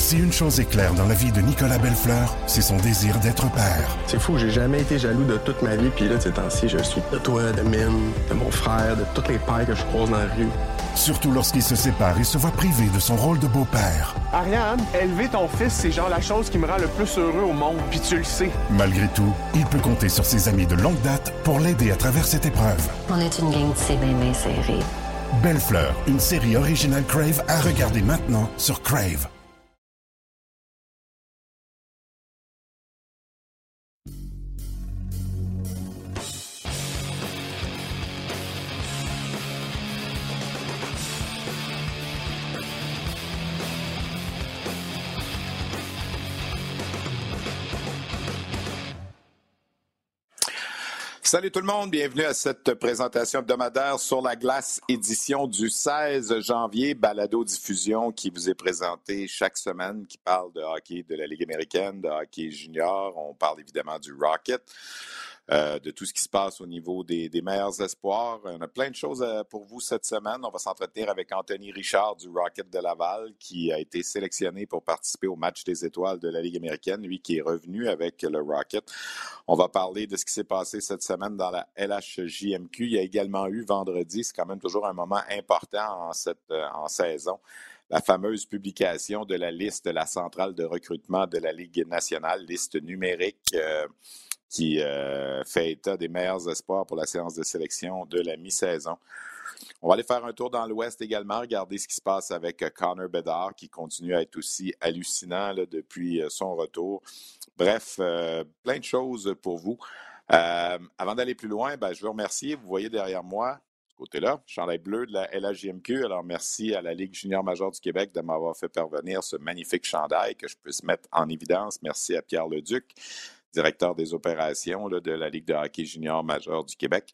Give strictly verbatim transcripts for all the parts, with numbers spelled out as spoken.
Si une chose est claire dans la vie de Nicolas Bellefleur, c'est son désir d'être père. C'est fou, j'ai jamais été jaloux de toute ma vie, puis là, de ces temps-ci, je suis de toi, de Mine, de mon frère, de tous les pères que je croise dans la rue. Surtout lorsqu'il se sépare et se voit privé de son rôle de beau-père. Ariane, élever ton fils, c'est genre la chose qui me rend le plus heureux au monde, puis tu le sais. Malgré tout, il peut compter sur ses amis de longue date pour l'aider à travers cette épreuve. On est une gang de c'est bien, bien serré. Bellefleur, une série originale Crave à regarder maintenant sur Crave. Salut tout le monde, bienvenue à cette présentation hebdomadaire sur la glace, édition du seize janvier, balado-diffusion qui vous est présentée chaque semaine, qui parle de hockey de la Ligue américaine, de hockey junior. On parle évidemment du Rocket, euh, de tout ce qui se passe au niveau des, des meilleurs espoirs. On a plein de choses euh, pour vous cette semaine. On va s'entretenir avec Anthony Richard du Rocket de Laval, qui a été sélectionné pour participer au match des étoiles de la Ligue américaine, lui qui est revenu avec le Rocket. On va parler de ce qui s'est passé cette semaine dans la L H J M Q. Il y a également eu vendredi, c'est quand même toujours un moment important en cette euh, en saison, la fameuse publication de la liste de la centrale de recrutement de la Ligue nationale, liste numérique euh, qui euh, fait état des meilleurs espoirs pour la séance de sélection de la mi-saison. On va aller faire un tour dans l'Ouest également, regarder ce qui se passe avec Connor Bedard, qui continue à être aussi hallucinant là, depuis son retour. Bref, euh, plein de choses pour vous. Euh, avant d'aller plus loin, ben, je veux remercier, vous voyez derrière moi, ce côté-là, chandail bleu de la L H J M Q. Alors, merci à la Ligue junior majeure du Québec de m'avoir fait parvenir ce magnifique chandail que je puisse mettre en évidence. Merci à Pierre Leduc, directeur des opérations là, de la Ligue de hockey junior majeure du Québec,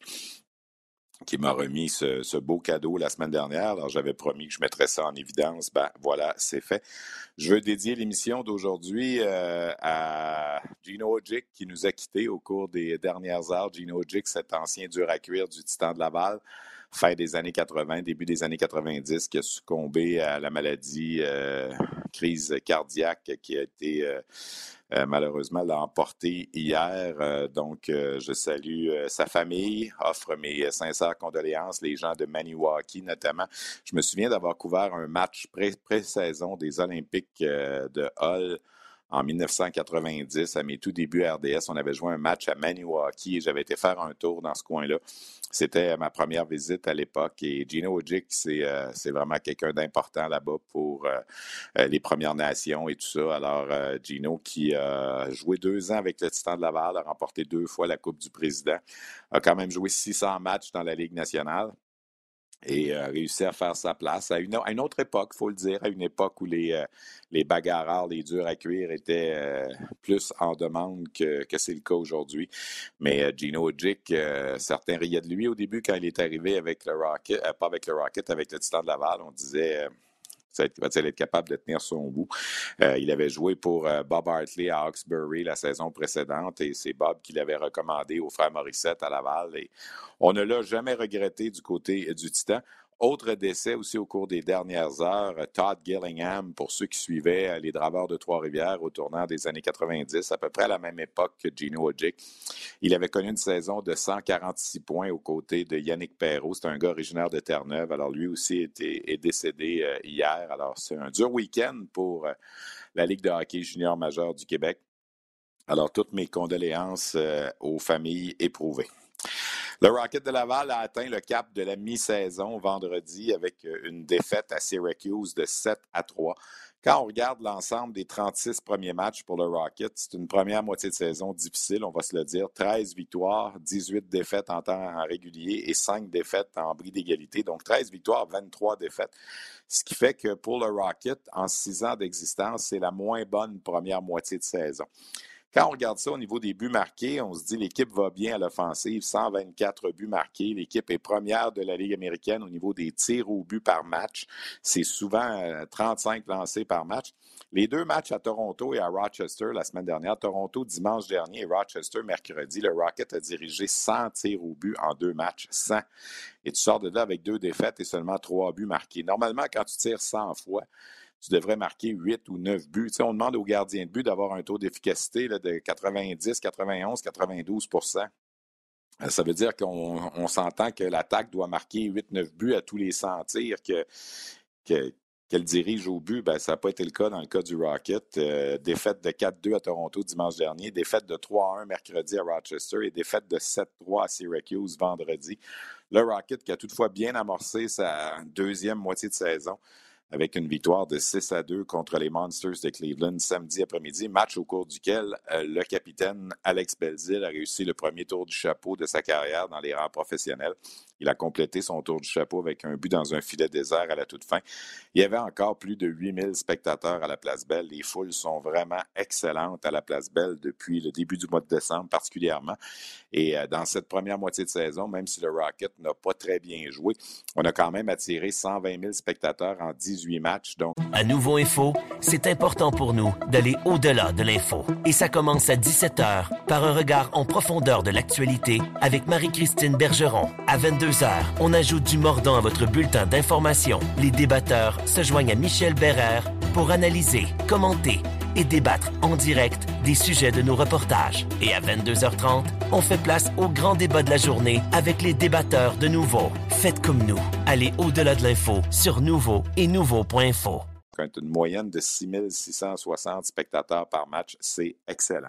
qui m'a remis ce, ce beau cadeau la semaine dernière. Alors, j'avais promis que je mettrais ça en évidence. Ben voilà, c'est fait. Je veux dédier l'émission d'aujourd'hui euh, à Gino Odjick, qui nous a quittés au cours des dernières heures. Gino Odjick, cet ancien dur à cuire du Titan de Laval, fin des années quatre-vingt, début des années quatre-vingt-dix, qui a succombé à la maladie, euh, crise cardiaque, qui a été... Euh, Euh, malheureusement, l'a emporté hier. Euh, donc, euh, je salue euh, sa famille, offre mes sincères condoléances, les gens de Maniwaki notamment. Je me souviens d'avoir couvert un match pré- pré-saison des Olympiques euh, de Hull en dix-neuf cent quatre-vingt-dix, à mes tout débuts à R D S. On avait joué un match à Maniwaki et j'avais été faire un tour dans ce coin-là. C'était ma première visite à l'époque et Gino Odjick, c'est, euh, c'est vraiment quelqu'un d'important là-bas pour euh, euh, les Premières Nations et tout ça. Alors, euh, Gino qui a joué deux ans avec le Titan de Laval, a remporté deux fois la Coupe du Président, a quand même joué six cents matchs dans la Ligue nationale et a réussi à faire sa place à une, à une autre époque, il faut le dire, à une époque où les, euh, les bagarreurs, les durs à cuire étaient euh, plus en demande que, que c'est le cas aujourd'hui. Mais euh, Gino Odjick, euh, certains riaient de lui au début quand il est arrivé avec le Rocket, euh, pas avec le Rocket, avec le Titan de Laval. On disait... Euh, va-t-il être capable de tenir son bout? Euh, il avait joué pour euh, Bob Hartley à Hawkesbury la saison précédente et c'est Bob qui l'avait recommandé au frère Morissette à Laval. Et on ne l'a jamais regretté du côté du Titan. Autre décès aussi au cours des dernières heures, Todd Gillingham, pour ceux qui suivaient les Draveurs de Trois-Rivières au tournant des années quatre-vingt-dix, à peu près à la même époque que Gino Odjick. Il avait connu une saison de cent quarante-six points aux côtés de Yannick Perrault. C'est un gars originaire de Terre-Neuve. Alors, lui aussi était, est décédé euh, hier. Alors, c'est un dur week-end pour euh, la Ligue de hockey junior majeure du Québec. Alors, toutes mes condoléances euh, aux familles éprouvées. Le Rocket de Laval a atteint le cap de la mi-saison vendredi avec une défaite à Syracuse de sept à trois. Quand on regarde l'ensemble des trente-six premiers matchs pour le Rocket, c'est une première moitié de saison difficile, on va se le dire. treize victoires, dix-huit défaites en temps régulier et cinq défaites en bris d'égalité. Donc treize victoires, vingt-trois défaites. Ce qui fait que pour le Rocket, en six ans d'existence, c'est la moins bonne première moitié de saison. Quand on regarde ça au niveau des buts marqués, on se dit l'équipe va bien à l'offensive, cent vingt-quatre buts marqués. L'équipe est première de la Ligue américaine au niveau des tirs au but par match. C'est souvent euh, trente-cinq lancés par match. Les deux matchs à Toronto et à Rochester la semaine dernière, Toronto dimanche dernier et Rochester mercredi, le Rocket a dirigé cent tirs au but en deux matchs, cent. Et tu sors de là avec deux défaites et seulement trois buts marqués. Normalement, quand tu tires cent fois, tu devrais marquer huit ou neuf buts. Tu sais, on demande aux gardiens de but d'avoir un taux d'efficacité là, de quatre-vingt-dix, quatre-vingt-onze, quatre-vingt-douze pour cent. Ça veut dire qu'on on s'entend que l'attaque doit marquer huit neuf buts à tous les cent tirs que, que, qu'elle dirige au but. Ben, ça n'a pas été le cas dans le cas du Rocket. Euh, défaite de quatre deux à Toronto dimanche dernier, défaite de trois un mercredi à Rochester et défaite de sept trois à Syracuse vendredi. Le Rocket qui a toutefois bien amorcé sa deuxième moitié de saison avec une victoire de six à deux contre les Monsters de Cleveland samedi après-midi, match au cours duquel euh, le capitaine Alex Belzile a réussi le premier tour du chapeau de sa carrière dans les rangs professionnels. Il a complété son tour du chapeau avec un but dans un filet désert à la toute fin. Il y avait encore plus de huit mille spectateurs à la Place Belle. Les foules sont vraiment excellentes à la Place Belle depuis le début du mois de décembre particulièrement. Et euh, dans cette première moitié de saison, même si le Rocket n'a pas très bien joué, on a quand même attiré cent vingt mille spectateurs en dix-huit matchs. Donc... À Nouveau Info, c'est important pour nous d'aller au-delà de l'info. Et ça commence à dix-sept heures par un regard en profondeur de l'actualité avec Marie-Christine Bergeron. À vingt-deux heures, on ajoute du mordant à votre bulletin d'information. Les débatteurs se joignent à Michel Bérère pour analyser, commenter et débattre en direct des sujets de nos reportages. Et à vingt-deux heures trente, on fait place au grand débat de la journée avec les débatteurs de Nouveau. Faites comme nous. Allez au-delà de l'info sur Nouveau et nouveau point info. Une moyenne de six mille six cent soixante spectateurs par match, c'est excellent.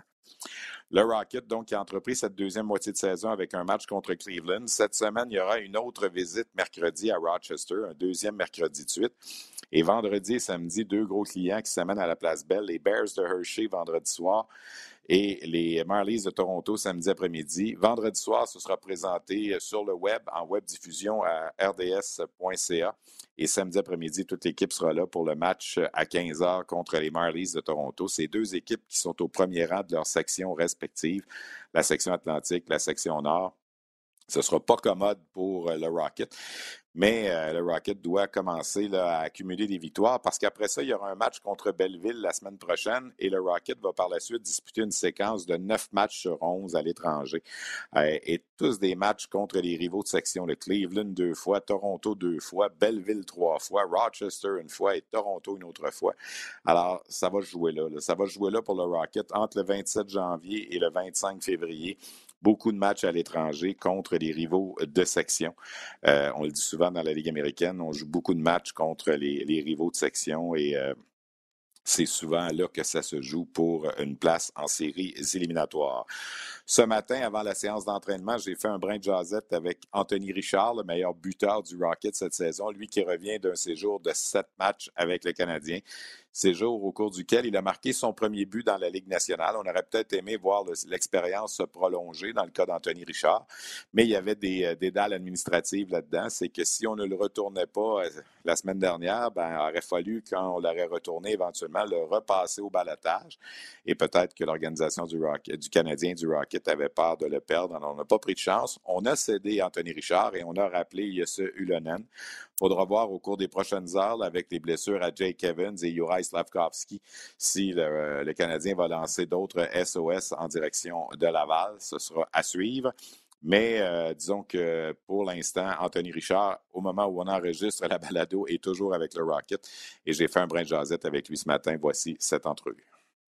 Le Rocket, donc, qui a entrepris cette deuxième moitié de saison avec un match contre Cleveland. Cette semaine, il y aura une autre visite mercredi à Rochester, un deuxième mercredi de suite. Et vendredi et samedi, deux gros clients qui s'amènent à la Place Belle, les Bears de Hershey vendredi soir et les Marlies de Toronto samedi après-midi. Vendredi soir, ce sera présenté sur le web, en web diffusion à r d s point c a. Et samedi après-midi, toute l'équipe sera là pour le match à quinze heures contre les Marlies de Toronto. Ces deux équipes qui sont au premier rang de leurs sections respectives, la section Atlantique, la section Nord. Ce ne sera pas commode pour le Rocket, mais euh, le Rocket doit commencer là, à accumuler des victoires parce qu'après ça, il y aura un match contre Belleville la semaine prochaine et le Rocket va par la suite disputer une séquence de neuf matchs sur onze à l'étranger. Euh, et tous des matchs contre les rivaux de section, le Cleveland deux fois, Toronto deux fois, Belleville trois fois, Rochester une fois et Toronto une autre fois. Alors, ça va jouer là, là. Ça va jouer là pour le Rocket entre le vingt-sept janvier et le vingt-cinq février. Beaucoup de matchs à l'étranger contre les rivaux de section. Euh, on le dit souvent dans la Ligue américaine, on joue beaucoup de matchs contre les, les rivaux de section et euh, c'est souvent là que ça se joue pour une place en séries éliminatoires. Ce matin, avant la séance d'entraînement, j'ai fait un brin de jasette avec Anthony Richard, le meilleur buteur du Rocket cette saison, lui qui revient d'un séjour de sept matchs avec le Canadien. Séjour au cours duquel il a marqué son premier but dans la Ligue nationale. On aurait peut-être aimé voir le, l'expérience se prolonger dans le cas d'Anthony Richard, mais il y avait des, des dalles administratives là-dedans. C'est que si on ne le retournait pas euh, la semaine dernière, ben, il aurait fallu, quand on l'aurait retourné, éventuellement le repasser au balotage. Et peut-être que l'organisation du, Rocket, du Canadien du Rocket avait peur de le perdre. Alors, on n'a pas pris de chance. On a cédé Anthony Richard et on a rappelé Jesse Ulonen. Il faudra voir au cours des prochaines heures, là, avec les blessures à Jake Evans et Juraj Slafkovský, si le, le Canadien va lancer d'autres S O S en direction de Laval. Ce sera à suivre. Mais euh, disons que pour l'instant, Anthony Richard, au moment où on enregistre la balado, est toujours avec le Rocket. Et j'ai fait un brin de jasette avec lui ce matin. Voici cette entrevue.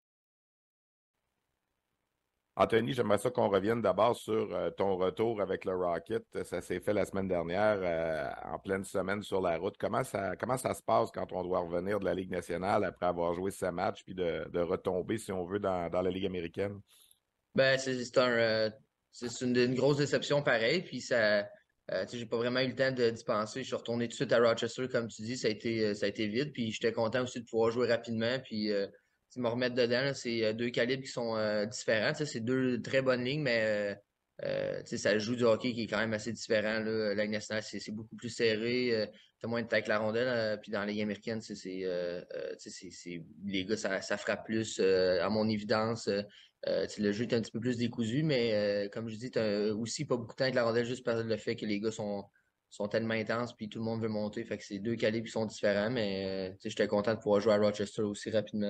Anthony, j'aimerais ça qu'on revienne d'abord sur euh, ton retour avec le Rocket. Ça s'est fait la semaine dernière, euh, en pleine semaine sur la route. Comment ça, comment ça se passe quand on doit revenir de la Ligue nationale après avoir joué ce match puis de, de retomber, si on veut, dans, dans la Ligue américaine? Ben, c'est, c'est, un, euh, c'est une, une grosse déception pareil. Puis ça, euh, j'ai pas vraiment eu le temps de, d'y penser. Je suis retourné tout de suite à Rochester, comme tu dis. Ça a été, ça a été vite. Puis j'étais content aussi de pouvoir jouer rapidement. Puis euh, me remettre dedans, là, c'est deux calibres qui sont euh, différents. C'est deux très bonnes lignes, mais euh, ça joue du hockey qui est quand même assez différent. Là. La Ligue nationale, c'est, c'est beaucoup plus serré. Euh, t'as moins de temps avec la rondelle. Euh, puis dans la Ligue américaine, c'est, c'est, euh, c'est, c'est, les gars, ça, ça frappe plus. Euh, à mon évidence, euh, le jeu est un petit peu plus décousu, mais euh, comme je dis, t'as aussi pas beaucoup de temps avec la rondelle juste par le fait que les gars sont, sont tellement intenses puis tout le monde veut monter. Fait que c'est deux calibres qui sont différents, mais euh, j'étais content de pouvoir jouer à Rochester aussi rapidement.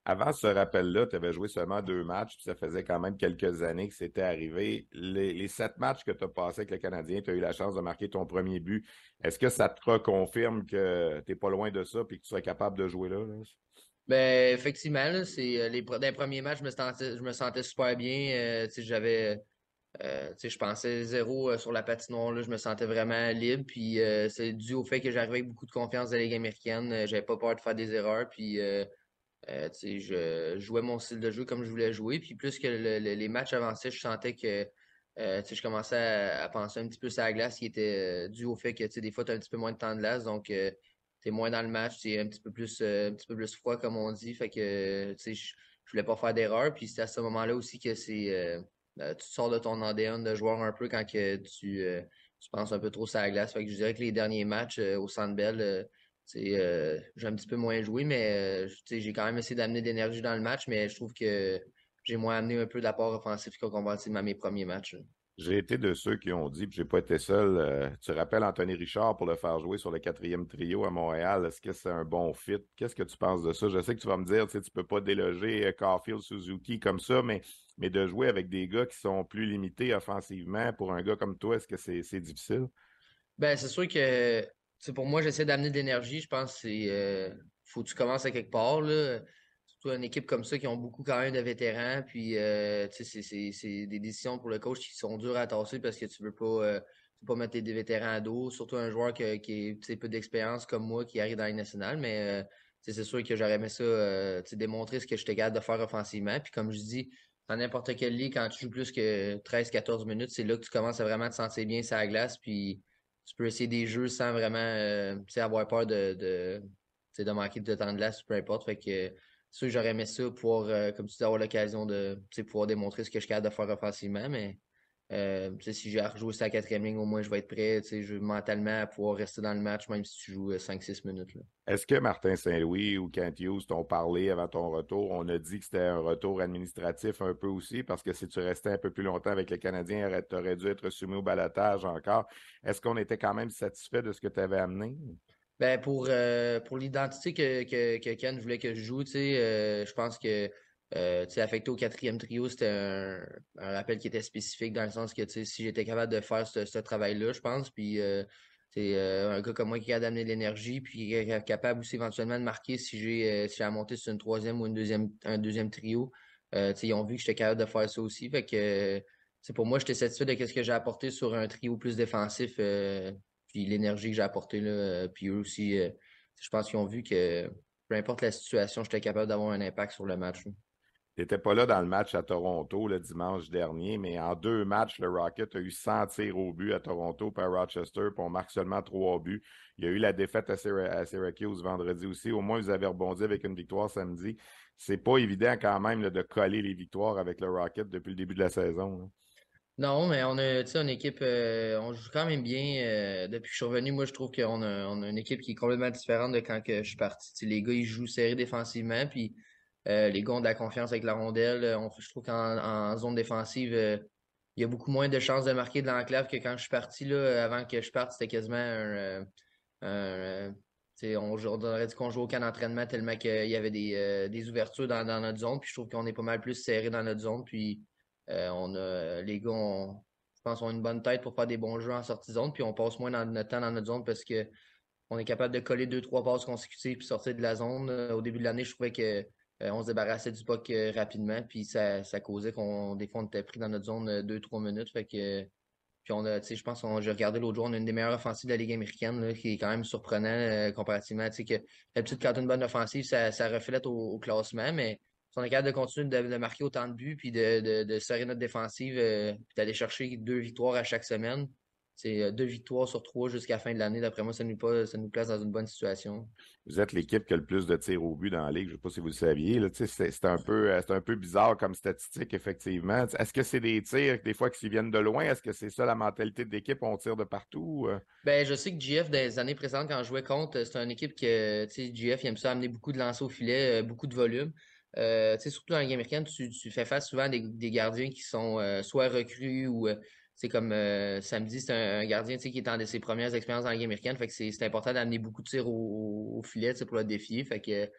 Avant ce rappel-là, tu avais joué seulement deux matchs, puis ça faisait quand même quelques années que c'était arrivé. Les, les sept matchs que tu as passés avec le Canadien, tu as eu la chance de marquer ton premier but. Est-ce que ça te reconfirme que tu n'es pas loin de ça puis que tu serais capable de jouer là? là? Ben, effectivement, là, c'est euh, les, pre- dans les premiers matchs, je me sentais, je me sentais super bien. Euh, tu sais, j'avais, euh, tu sais, je pensais zéro euh, sur la patinoire, là, je me sentais vraiment libre. Puis euh, c'est dû au fait que j'arrivais avec beaucoup de confiance dans la Ligue américaine. Euh, j'avais pas peur de faire des erreurs. Puis euh, euh, tu sais, je jouais mon style de jeu comme je voulais jouer. Puis plus que le- le- les matchs avançaient, je sentais que euh, tu sais, je commençais à, à penser un petit peu sur la glace qui était euh, dû au fait que tu sais, des fois, tu as un petit peu moins de temps de glace. Donc, euh, tu es moins dans le match, tu es un petit peu plus euh, un petit peu plus froid, comme on dit. Fait que tu sais, je, je voulais pas faire d'erreur. Puis c'est à ce moment-là aussi que c'est euh, euh, tu sors de ton A D N de joueur un peu quand que tu, euh, tu penses un peu trop sur la glace. Fait que je dirais que les derniers matchs euh, au Centre Bell, euh, c'est, euh, j'ai un petit peu moins joué, mais euh, tu sais, j'ai quand même essayé d'amener de l'énergie dans le match, mais je trouve que j'ai moins amené un peu d'apport offensif qu'on comparativement à mes premiers matchs. Là. J'ai été de ceux qui ont dit, puis j'ai pas été seul. Euh, tu rappelles Anthony Richard pour le faire jouer sur le quatrième trio à Montréal. Est-ce que c'est un bon fit? Qu'est-ce que tu penses de ça? Je sais que tu vas me dire, tu sais, tu peux pas déloger euh, Caulfield, Suzuki comme ça, mais, mais de jouer avec des gars qui sont plus limités offensivement pour un gars comme toi, est-ce que c'est c'est difficile? Ben, c'est sûr que c'est pour moi, j'essaie d'amener de l'énergie. Je pense que c'est euh, faut que tu commences à quelque part. Là. Surtout une équipe comme ça qui ont beaucoup quand même de vétérans. Puis euh, tu sais, c'est, c'est, c'est des décisions pour le coach qui sont dures à tasser parce que tu veux pas, euh, tu veux pas mettre des vétérans à dos. Surtout un joueur que- qui est tu sais, peu d'expérience comme moi qui arrive dans la nationale. Mais euh, tu sais, c'est sûr que j'aurais aimé ça euh, tu sais, démontrer ce que j'étais capable de faire offensivement. Puis comme je dis, dans n'importe quelle ligue, quand tu joues plus que treize quatorze minutes, c'est là que tu commences à vraiment te sentir bien sur la glace. Puis tu peux essayer des jeux sans vraiment euh, tu sais, avoir peur de, de, tu sais, de manquer de temps de glace, peu importe. Fait que c'est sûr que j'aurais aimé ça, pouvoir, euh, comme tu dis, avoir l'occasion de tu sais, pouvoir démontrer ce que je suis capable de faire offensivement, mais euh, tu sais, si j'ai à rejouer sa quatrième ligne, au moins je vais être prêt tu sais, je, mentalement à pouvoir rester dans le match, même si tu joues euh, cinq six minutes. Là. Est-ce que Martin Saint-Louis ou Kent Hughes t'ont parlé avant ton retour? On a dit que c'était un retour administratif un peu aussi, parce que si tu restais un peu plus longtemps avec les Canadiens, tu aurais dû être soumis au balotage encore. Est-ce qu'on était quand même satisfait de ce que tu avais amené? Ben pour euh, pour l'identité que, que, que Ken voulait que je joue, tu sais, euh, je pense que euh, tu sais, affecté au quatrième trio, c'était un, un rappel qui était spécifique dans le sens que tu sais, si j'étais capable de faire ce, ce travail-là, je pense, puis euh, c'est euh, un gars comme moi qui est capable d'amener de l'énergie, puis qui est capable aussi éventuellement de marquer si j'ai euh, si j'ai à monter sur une troisième ou une deuxième un deuxième trio. Euh, tu sais, ils ont vu que j'étais capable de faire ça aussi, fait que c'est pour moi, j'étais satisfait de ce que j'ai apporté sur un trio plus défensif. Euh, puis l'énergie que j'ai apportée là, euh, puis eux aussi, euh, je pense qu'ils ont vu que peu importe la situation, j'étais capable d'avoir un impact sur le match. Là. Tu n'étais pas là dans le match à Toronto le dimanche dernier, mais en deux matchs, le Rocket a eu cent tirs au but à Toronto puis à Rochester, puis on marque seulement trois buts. Il y a eu la défaite à, Syra- à Syracuse vendredi aussi. Au moins, vous avez rebondi avec une victoire samedi. C'est pas évident quand même là, de coller les victoires avec le Rocket depuis le début de la saison. Là. Non, mais on a, tu sais, une équipe, euh, on joue quand même bien. Euh, depuis que je suis revenu, moi, je trouve qu'on a, on a une équipe qui est complètement différente de quand que je suis parti. Tu sais, les gars, ils jouent serré défensivement, puis euh, les gars ont de la confiance avec la rondelle. On, je trouve qu'en en zone défensive, euh, il y a beaucoup moins de chances de marquer de l'enclave que quand je suis parti. Là, avant que je parte, c'était quasiment un, euh, un, euh, tu sais, on, on aurait dit qu'on jouait au camp d'entraînement tellement qu'il y avait des, euh, des ouvertures dans, dans notre zone. Puis je trouve qu'on est pas mal plus serré dans notre zone. Puis euh, on a, les gars, ont, je pense, ont une bonne tête pour faire des bons jeux en sortie de zone, puis on passe moins dans notre temps dans notre zone parce que on est capable de coller deux, trois passes consécutives puis sortir de la zone. Euh, Au début de l'année, je trouvais que euh, on se débarrassait du puck euh, rapidement, puis ça, ça causait qu'on des fois on était pris dans notre zone euh, deux, trois minutes. Fait que puis on a, tu sais, je pense qu'on j'ai regardé l'autre jour, on a une des meilleures offensives de la Ligue américaine, là, qui est quand même surprenant euh, comparativement. Tu sais que d'habitude, quand tu as une bonne offensive, ça, ça reflète au, au classement, mais si on est capable de continuer de, de marquer autant de buts, puis de, de, de serrer notre défensive, euh, puis d'aller chercher deux victoires à chaque semaine, c'est euh, deux victoires sur trois jusqu'à la fin de l'année. D'après moi, ça nous, pas, ça nous place dans une bonne situation. Vous êtes l'équipe qui a le plus de tirs au but dans la Ligue. Je ne sais pas si vous le saviez. Là. Tu sais, C'est c'est un peu, euh, c'est un peu bizarre comme statistique, effectivement. Est-ce que c'est des tirs, des fois, qui viennent de loin? Est-ce que c'est ça la mentalité de l'équipe? On tire de partout? euh? Ben, je sais que G F, dans les années précédentes, quand je jouais contre, euh, c'est une équipe que, tu sais, G F, il aime ça amener beaucoup de lancers au filet, euh, beaucoup de volume. Euh, tu sais, surtout dans la Ligue américaine, tu, tu fais face souvent à des, des gardiens qui sont euh, soit recrues ou, euh, c'est comme euh, samedi, c'est un, un gardien, tu sais, qui est en de ses premières expériences dans la Ligue américaine. Fait que c'est c'est important d'amener beaucoup de tirs au, au, au filet, tu sais, pour le défier. Fait que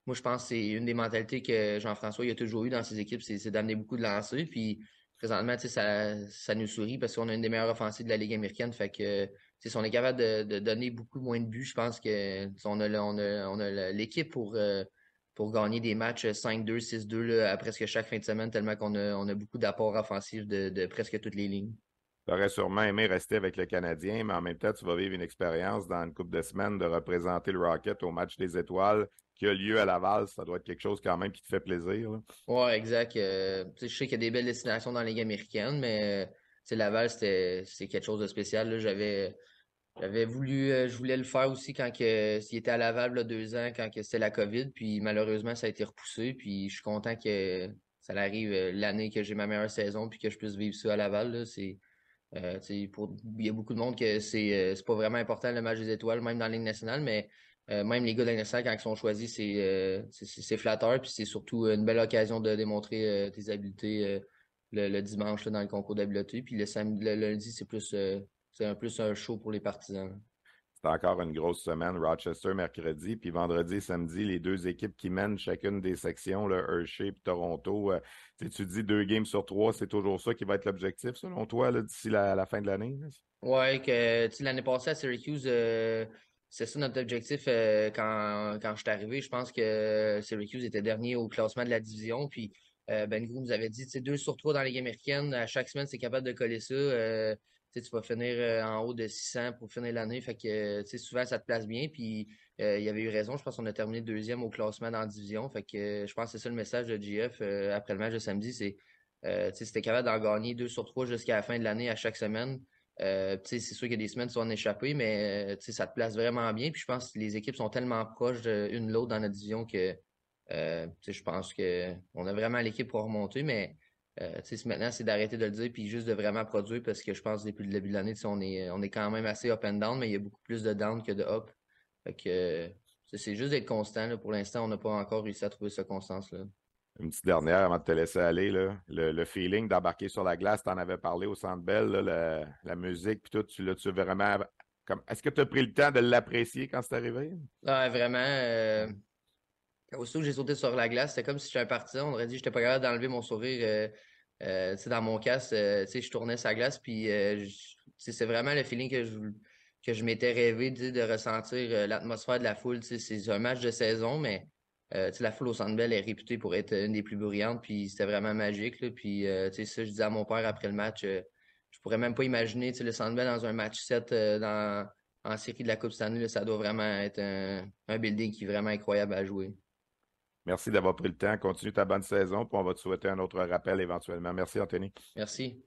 moi, je pense que c'est une des mentalités que Jean-François il a toujours eu dans ses équipes, c'est, c'est d'amener beaucoup de lancers. Puis présentement, tu sais, ça, ça nous sourit parce qu'on a une des meilleures offensives de la Ligue américaine. Fait que tu sais, si on est capable de, de donner beaucoup moins de buts, je pense que tu sais, on a, le- on a, on a le- l'équipe pour, euh, pour gagner des matchs cinq deux, six deux là, à presque chaque fin de semaine, tellement qu'on a, on a beaucoup d'apports offensifs de, de presque toutes les lignes. Tu aurais sûrement aimé rester avec le Canadien, mais en même temps, tu vas vivre une expérience dans une couple de semaines de représenter le Rocket au match des étoiles qui a lieu à Laval. Ça doit être quelque chose quand même qui te fait plaisir, là. Ouais, exact. Euh, tu sais, je sais qu'il y a des belles destinations dans la Ligue américaine, mais euh, tu sais, Laval, c'était c'est quelque chose de spécial, là. J'avais j'avais voulu euh, je voulais le faire aussi quand que s'il était à Laval là, deux ans, quand que c'était la COVID, puis malheureusement ça a été repoussé. Puis je suis content que ça arrive euh, l'année que j'ai ma meilleure saison puis que je puisse vivre ça à Laval. Là. C'est euh, tu sais, pour il y a beaucoup de monde que c'est euh, c'est pas vraiment important le match des étoiles, même dans la Ligue nationale, mais euh, même les gars de la Ligue nationale, quand ils sont choisis, c'est euh, c'est c'est- c'est flatteur, puis c'est surtout une belle occasion de démontrer euh, tes habiletés euh, le, le dimanche là, dans le concours d'habileté. Puis le samedi, le lundi, c'est plus euh, c'est un plus un show pour les partisans. Là. C'est encore une grosse semaine. Rochester mercredi, puis vendredi et samedi, les deux équipes qui mènent chacune des sections, là, Hershey et Toronto. Euh, tu sais, tu dis deux games sur trois, c'est toujours ça qui va être l'objectif, selon toi, là, d'ici la, la fin de l'année? Là? Ouais, que tu sais, l'année passée à Syracuse, euh, c'est ça notre objectif euh, quand, quand je suis arrivé. Je pense que Syracuse était dernier au classement de la division. Puis euh, Ben Grou nous avait dit, tu sais, deux sur trois dans la Ligue américaine, à chaque semaine, c'est capable de coller ça. Euh, tu sais, tu vas finir euh, en haut de six cents pour finir l'année. Fait que tu sais, souvent, ça te place bien. Puis euh, il y avait eu raison. Je pense qu'on a terminé deuxième au classement dans la division. Fait que euh, je pense que c'est ça le message de G F euh, après le match de samedi. C'est euh, tu sais, si t'es capable d'en gagner deux sur trois jusqu'à la fin de l'année à chaque semaine. Euh, tu sais, c'est sûr qu'il y a des semaines qui sont en échappées, mais euh, tu sais, ça te place vraiment bien. Puis je pense que les équipes sont tellement proches de l'une de l'autre dans notre division que euh, tu sais, je pense que on a vraiment l'équipe pour remonter, mais euh, tu sais, maintenant, c'est d'arrêter de le dire puis juste de vraiment produire parce que je pense que depuis le début de l'année, tu sais, on est, on est quand même assez up and down, mais il y a beaucoup plus de down que de up. Fait que euh, c'est c'est juste d'être constant. Là. Pour l'instant, on n'a pas encore réussi à trouver cette constance-là. Une petite dernière avant de te laisser aller, là. Le, le feeling d'embarquer sur la glace, tu en avais parlé au Centre Bell, là, la, la musique, puis tout, tu l'as-tu vraiment. Comme... Est-ce que tu as pris le temps de l'apprécier quand c'est arrivé? Ah, vraiment. Euh, Aussitôt que j'ai sauté sur la glace, c'était comme si j'étais un partisan. On aurait dit que j'étais pas capable d'enlever mon sourire euh, euh, tu sais, dans mon casque. Euh, tu sais, je tournais sa glace, puis euh, je- tu sais, c'est vraiment le feeling que je, que je m'étais rêvé tu sais, de ressentir euh, l'atmosphère de la foule. Tu sais, c'est un match de saison, mais euh, tu sais, la foule au Centre Bell est réputée pour être une des plus bruyantes, puis c'était vraiment magique. Là, puis euh, tu sais, ça, je disais à mon père après le match, euh, je pourrais même pas imaginer tu sais, le Centre Bell dans un match sept euh, dans, en série de la Coupe Stanley. Là, ça doit vraiment être un, un building qui est vraiment incroyable à jouer. Merci d'avoir pris le temps. Continue ta bonne saison, puis on va te souhaiter un autre rappel éventuellement. Merci, Anthony. Merci.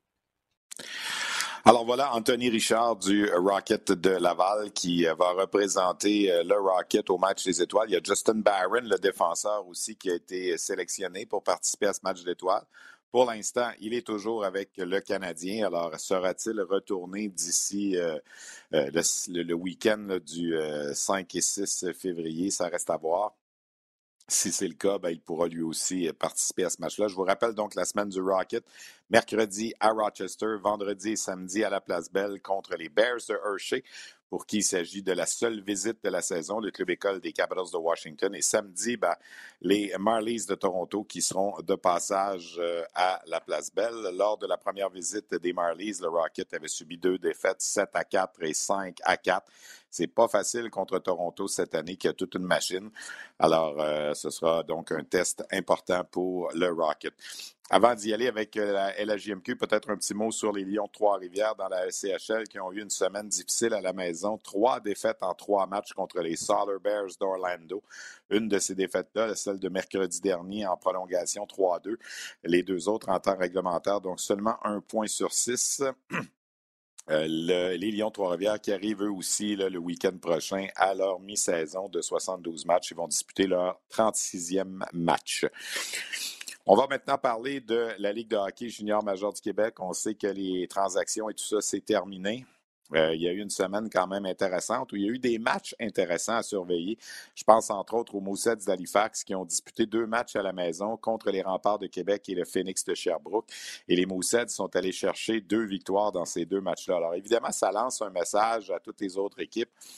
Alors voilà, Anthony Richard du Rocket de Laval qui va représenter le Rocket au match des étoiles. Il y a Justin Barron, le défenseur aussi, qui a été sélectionné pour participer à ce match d'étoiles. Pour l'instant, il est toujours avec le Canadien. Alors, sera-t-il retourné d'ici euh, euh, le, le week-end là, du euh, cinq et six février? Ça reste à voir. Si c'est le cas, ben, il pourra lui aussi participer à ce match-là. Je vous rappelle donc la semaine du Rocket, mercredi à Rochester, vendredi et samedi à la Place Belle contre les Bears de Hershey, pour qui il s'agit de la seule visite de la saison, le club école des Capitals de Washington. Et samedi, ben, les Marlies de Toronto qui seront de passage à la Place Belle. Lors de la première visite des Marlies, le Rocket avait subi deux défaites, sept à quatre et cinq à quatre. C'est pas facile contre Toronto cette année, qui a toute une machine. Alors, euh, ce sera donc un test important pour le Rocket. Avant d'y aller avec la L H J M Q, peut-être un petit mot sur les Lions de Trois-Rivières dans la S C H L qui ont eu une semaine difficile à la maison. Trois défaites en trois matchs contre les Solar Bears d'Orlando. Une de ces défaites-là, celle de mercredi dernier en prolongation trois à deux. Les deux autres en temps réglementaire, donc seulement un point sur six. Euh, le, les Lions de Trois-Rivières qui arrivent eux aussi là, le week-end prochain à leur mi-saison de soixante-douze matchs. Ils vont disputer leur trente-sixième match. On va maintenant parler de la Ligue de hockey junior major du Québec. On sait que les transactions et tout ça, c'est terminé. Euh, il y a eu une semaine quand même intéressante où il y a eu des matchs intéressants à surveiller. Je pense entre autres aux Moussets d'Halifax qui ont disputé deux matchs à la maison contre les Remparts de Québec et le Phoenix de Sherbrooke. Et les Moussets sont allés chercher deux victoires dans ces deux matchs-là. Alors évidemment, ça lance un message à toutes les autres équipes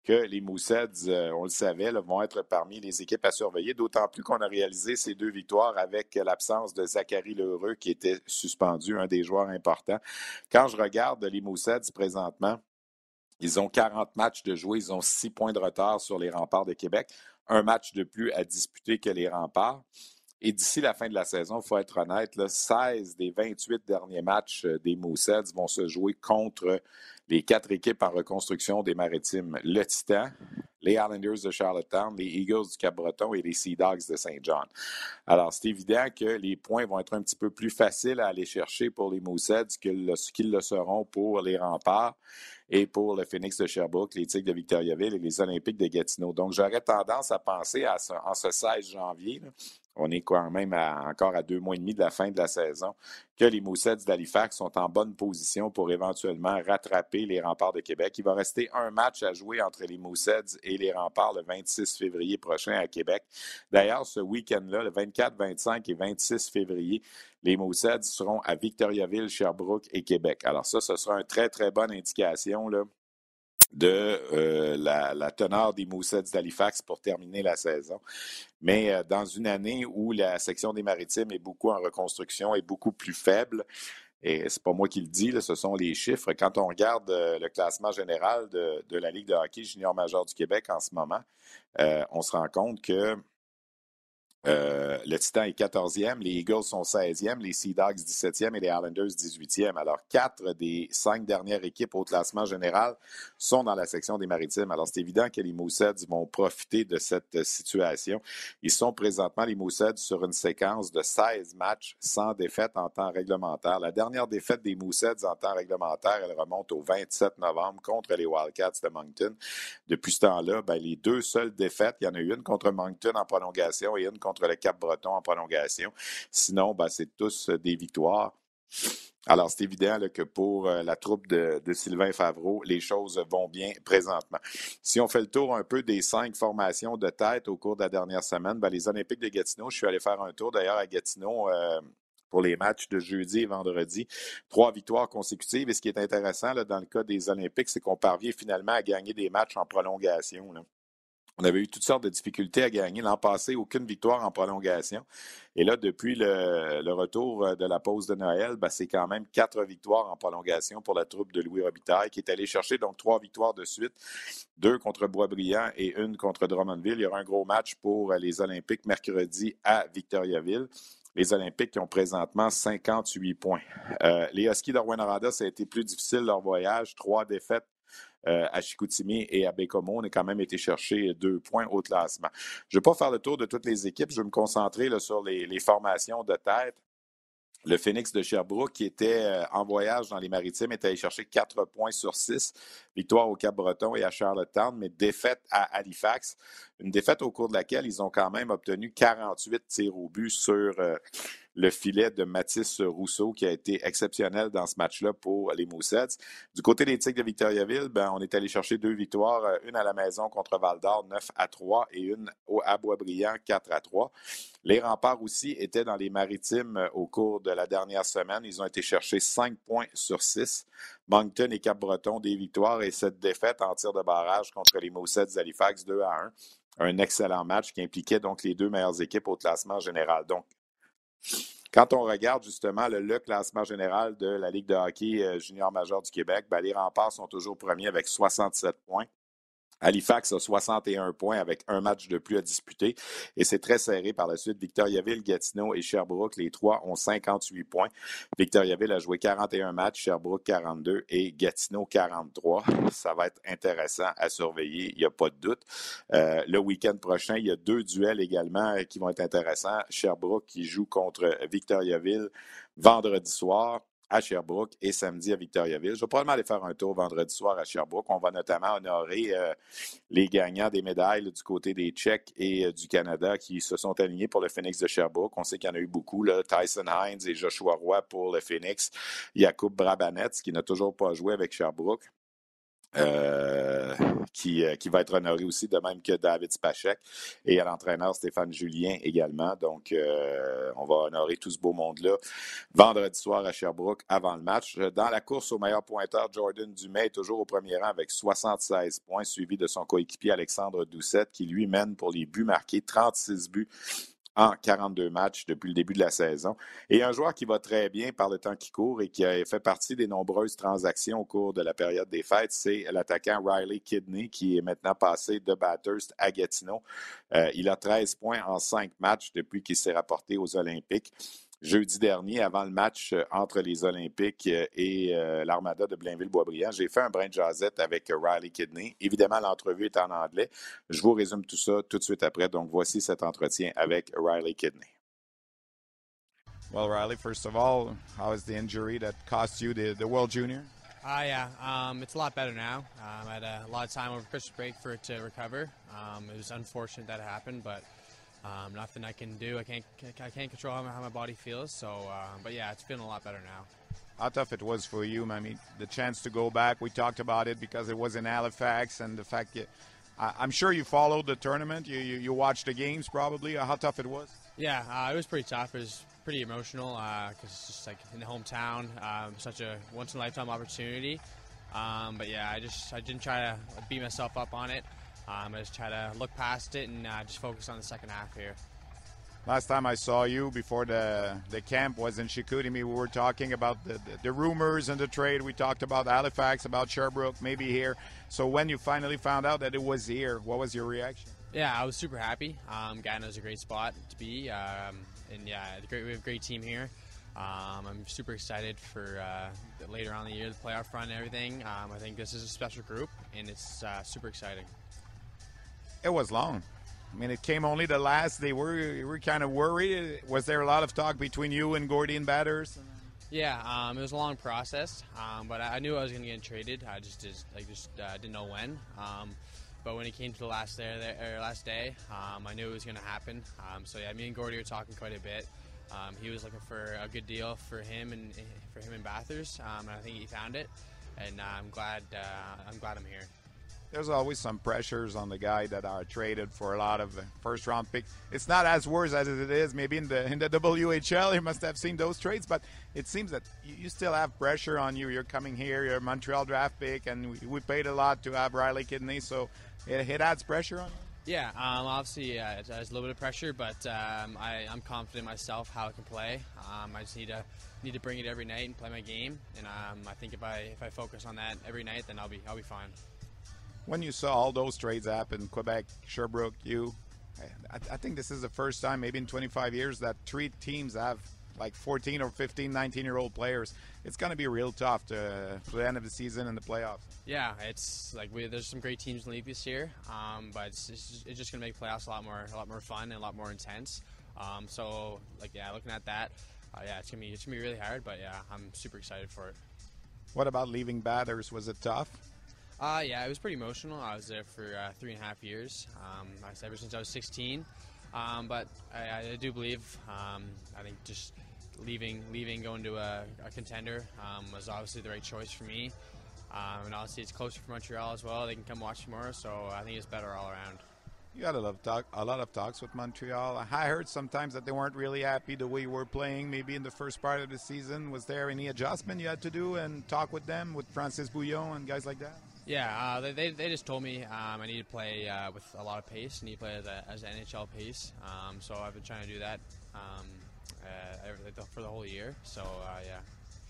que les Mooseheads, euh, on le savait, là, vont être parmi les équipes à surveiller, d'autant plus qu'on a réalisé ces deux victoires avec l'absence de Zachary Lheureux qui était suspendu, un des joueurs importants. Quand je regarde les Mooseheads présentement, ils ont quarante matchs de jouer, ils ont six points de retard sur les Remparts de Québec, un match de plus à disputer que les Remparts. Et d'ici la fin de la saison, il faut être honnête, là, seize des vingt-huit derniers matchs des Mooseheads vont se jouer contre les quatre équipes en reconstruction des Maritimes. Le Titan, les Islanders de Charlottetown, les Eagles du Cap-Breton et les Sea Dogs de Saint John. Alors, c'est évident que les points vont être un petit peu plus faciles à aller chercher pour les Mooseheads qu'ils le, qu'ils le seront pour les Remparts et pour le Phoenix de Sherbrooke, les Tigres de Victoriaville et les Olympiques de Gatineau. Donc, j'aurais tendance à penser à ce, en ce seize janvier, là, on est quand même à, encore à deux mois et demi de la fin de la saison, que les Mooseheads d'Halifax sont en bonne position pour éventuellement rattraper les Remparts de Québec. Il va rester un match à jouer entre les Mooseheads et les Remparts le vingt-six février prochain à Québec. D'ailleurs, ce week-end-là, le vingt-quatre, vingt-cinq et vingt-six février, les Mooseheads seront à Victoriaville, Sherbrooke et Québec. Alors ça, ce sera une très, très bonne indication là, de euh, la, la teneur des Mooseheads d'Halifax pour terminer la saison. Mais euh, dans une année où la section des Maritimes est beaucoup en reconstruction et beaucoup plus faible, et c'est pas moi qui le dis, là, ce sont les chiffres. Quand on regarde euh, le classement général de, de la Ligue de hockey junior majeur du Québec en ce moment, euh, on se rend compte que Euh, le Titan est quatorzième, les Eagles sont seizième, les Sea Dogs dix-septième et les Islanders dix-huitième. Alors, quatre des cinq dernières équipes au classement général sont dans la section des Maritimes. Alors, c'est évident que les Mooseheads vont profiter de cette situation. Ils sont présentement, les Mooseheads, sur une séquence de seize matchs sans défaite en temps réglementaire. La dernière défaite des Mooseheads en temps réglementaire, elle remonte au vingt-sept novembre contre les Wildcats de Moncton. Depuis ce temps-là, ben, les deux seules défaites, il y en a eu une contre Moncton en prolongation et une contre contre le Cap-Breton en prolongation. Sinon, ben, c'est tous des victoires. Alors, c'est évident là, que pour euh, la troupe de, de Sylvain Favreau, les choses vont bien présentement. Si on fait le tour un peu des cinq formations de tête au cours de la dernière semaine, ben, les Olympiques de Gatineau, je suis allé faire un tour d'ailleurs à Gatineau euh, pour les matchs de jeudi et vendredi. Trois victoires consécutives. Et ce qui est intéressant là, dans le cas des Olympiques, c'est qu'on parvient finalement à gagner des matchs en prolongation, là. On avait eu toutes sortes de difficultés à gagner. L'an passé, aucune victoire en prolongation. Et là, depuis le, le retour de la pause de Noël, ben, c'est quand même quatre victoires en prolongation pour la troupe de Louis Robitaille, qui est allé chercher donc trois victoires de suite, deux contre Boisbriand et une contre Drummondville. Il y aura un gros match pour les Olympiques mercredi à Victoriaville. Les Olympiques qui ont présentement cinquante-huit points. Euh, les Huskies de Rouyn-Noranda, ça a été plus difficile leur voyage. Trois défaites Euh, à Chicoutimi et à Bécomo. On a quand même été chercher deux points au classement. Je ne vais pas faire le tour de toutes les équipes. Je vais me concentrer là, sur les, les formations de tête. Le Phoenix de Sherbrooke, qui était euh, en voyage dans les Maritimes, est allé chercher quatre points sur six. Victoire au Cap-Breton et à Charlottetown, mais défaite à Halifax. Une défaite au cours de laquelle ils ont quand même obtenu quarante-huit tirs au but sur euh, le filet de Mathis Rousseau, qui a été exceptionnel dans ce match-là pour les Mooseheads. Du côté des Tigres de Victoriaville, ben, on est allé chercher deux victoires, une à la maison contre Val-d'Or, neuf à trois, et une à Boisbriand, quatre à trois. Les Remparts aussi étaient dans les Maritimes au cours de la dernière semaine. Ils ont été chercher cinq points sur six. Moncton et Cap-Breton, des victoires et cette défaite en tir de barrage contre les Mooseheads d'Halifax, deux à un. Un excellent match qui impliquait donc les deux meilleures équipes au classement général. Donc, quand on regarde justement le, le classement général de la Ligue de hockey junior majeur du Québec, ben, les Remparts sont toujours premiers avec soixante-sept points. Halifax a soixante et un points avec un match de plus à disputer et c'est très serré par la suite. Victoriaville, Gatineau et Sherbrooke, les trois ont cinquante-huit points. Victoriaville a joué quarante et un matchs, Sherbrooke quarante-deux et Gatineau quarante-trois. Ça va être intéressant à surveiller, il n'y a pas de doute. Euh, le week-end prochain, il y a deux duels également qui vont être intéressants. Sherbrooke qui joue contre Victoriaville vendredi soir à Sherbrooke et samedi à Victoriaville. Je vais probablement aller faire un tour vendredi soir à Sherbrooke. On va notamment honorer euh, les gagnants des médailles là, du côté des Tchèques et euh, du Canada qui se sont alignés pour le Phoenix de Sherbrooke. On sait qu'il y en a eu beaucoup, là, Tyson Hines et Joshua Roy pour le Phoenix. Jakub Brabanets qui n'a toujours pas joué avec Sherbrooke. Euh, qui, euh, qui va être honoré aussi, de même que David Spacek et à l'entraîneur Stéphane Julien également. Donc, euh, on va honorer tout ce beau monde-là vendredi soir à Sherbrooke avant le match. Dans la course au meilleur pointeur, Jordan Dumais est toujours au premier rang avec soixante-seize points, suivi de son coéquipier Alexandre Doucette qui lui mène pour les buts marqués, trente-six buts en quarante-deux matchs depuis le début de la saison. Et un joueur qui va très bien par le temps qui court et qui a fait partie des nombreuses transactions au cours de la période des fêtes, c'est l'attaquant Riley Kidney qui est maintenant passé de Bathurst à Gatineau. Euh, il a treize points en cinq matchs depuis qu'il s'est rapporté aux Olympiques. Jeudi dernier, avant le match entre les Olympiques et euh, l'Armada de Blainville-Boisbriand, j'ai fait un brin de jasette avec Riley Kidney. Évidemment, l'entrevue est en anglais. Je vous résume tout ça tout de suite après. Donc, voici cet entretien avec Riley Kidney. Well, Riley, first of all, how is the injury that cost you the, the World Junior? Uh, yeah, um, it's a lot better now. Um, I had a lot of time over Christmas break for it to recover. Um, it was unfortunate that it happened, but Um, nothing I can do. I can't. I can't control how my, how my body feels. So, uh, but yeah, it's feeling a lot better now. How tough it was for you? I mean, the chance to go back. We talked about it because it was in Halifax, and the fact that I, I'm sure you followed the tournament. You, you you watched the games probably. How tough it was? Yeah, uh, it was pretty tough. It was pretty emotional because uh, it's just like in the hometown, um, such a once in a lifetime opportunity. Um, but yeah, I just I didn't try to beat myself up on it. Um, I just try to look past it and uh, just focus on the second half here. Last time I saw you before the the camp was in Chicoutimi. We were talking about the, the, the rumors and the trade. We talked about Halifax, about Sherbrooke, maybe here. So when you finally found out that it was here, what was your reaction? Yeah, I was super happy. Um, Gatineau's a great spot to be. Um, and yeah, great, we have a great team here. Um, I'm super excited for uh, later on in the year, the playoff run and everything. Um, I think this is a special group, and it's uh, super exciting. It was long. I mean, it came only the last day. We were kind of worried. Was there a lot of talk between you and Gordy and Bathurst? Yeah, um, it was a long process, um, but I, I knew I was going to get traded. I just, just like just uh, didn't know when. Um, but when it came to the last day, there, or last day, um, I knew it was going to happen. Um, so yeah, me and Gordy were talking quite a bit. Um, he was looking for a good deal for him and for him and Bathurst, um, and I think he found it. And uh, I'm glad. Uh, I'm glad I'm here. There's always some pressures on the guy that are traded for a lot of first round picks. It's not as worse as it is maybe in the in the W H L. You must have seen those trades, but it seems that you, you still have pressure on you. You're coming here, you're a Montreal draft pick, and we, we paid a lot to have Riley Kidney, so it, it adds pressure on you. Yeah, um, obviously uh, it has a little bit of pressure, but um, I, I'm confident myself how I can play. Um, I just need to need to bring it every night and play my game, and um, I think if I if I focus on that every night, then I'll be I'll be fine. When you saw all those trades happen, Quebec, Sherbrooke, you, I, I think this is the first time, maybe in twenty-five years, that three teams have like fourteen or fifteen, nineteen-year-old players. It's going to be real tough to, for the end of the season and the playoffs. Yeah, it's like we, there's some great teams in the league this year, um, but it's, it's just, it's just going to make playoffs a lot more, a lot more fun and a lot more intense. Um, so, like, yeah, looking at that, uh, yeah, it's gonna be it's gonna be really hard, but yeah, I'm super excited for it. What about leaving Bathurst? Was it tough? Uh, yeah, it was pretty emotional. I was there for uh, three and a half years, um, ever since I was sixteen. Um, but I, I do believe, um, I think just leaving, leaving, going to a, a contender um, was obviously the right choice for me. Um, and obviously it's closer for Montreal as well. They can come watch tomorrow, so I think it's better all around. You had a lot of talk, a lot of talks with Montreal. I heard sometimes that they weren't really happy the way you were playing. Maybe in the first part of the season, was there any adjustment you had to do and talk with them, with Francis Bouillon and guys like that? Yeah, uh, they, they they just told me um, I need to play uh, with a lot of pace. I need to play as, a, as an N H L pace. Um, so I've been trying to do that um, uh, for the whole year. So uh, yeah.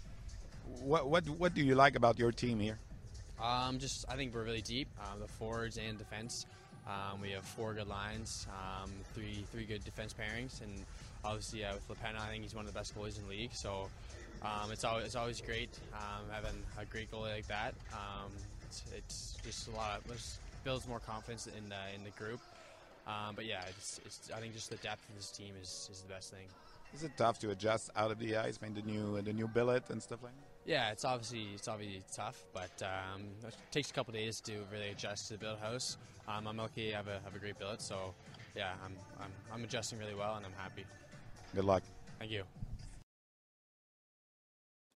What what what do you like about your team here? Um, just I think we're really deep, uh, the forwards and defense. Um, we have four good lines, um, three three good defense pairings, and obviously uh, with LePena, I think he's one of the best goalies in the league. So um, it's always it's always great um, having a great goalie like that. Um, it's, it's just a lot of just builds more confidence in the in the group. Um, but yeah, it's, it's I think just the depth of this team is, is the best thing. Is it tough to adjust out of the ice, I mean the new the new billet and stuff like that? Yeah, it's obviously it's obviously tough, but um, it takes a couple of days to really adjust to the billet house. Um, I'm lucky I have a have a great billet, so yeah, I'm I'm I'm adjusting really well, and I'm happy. Good luck. Thank you.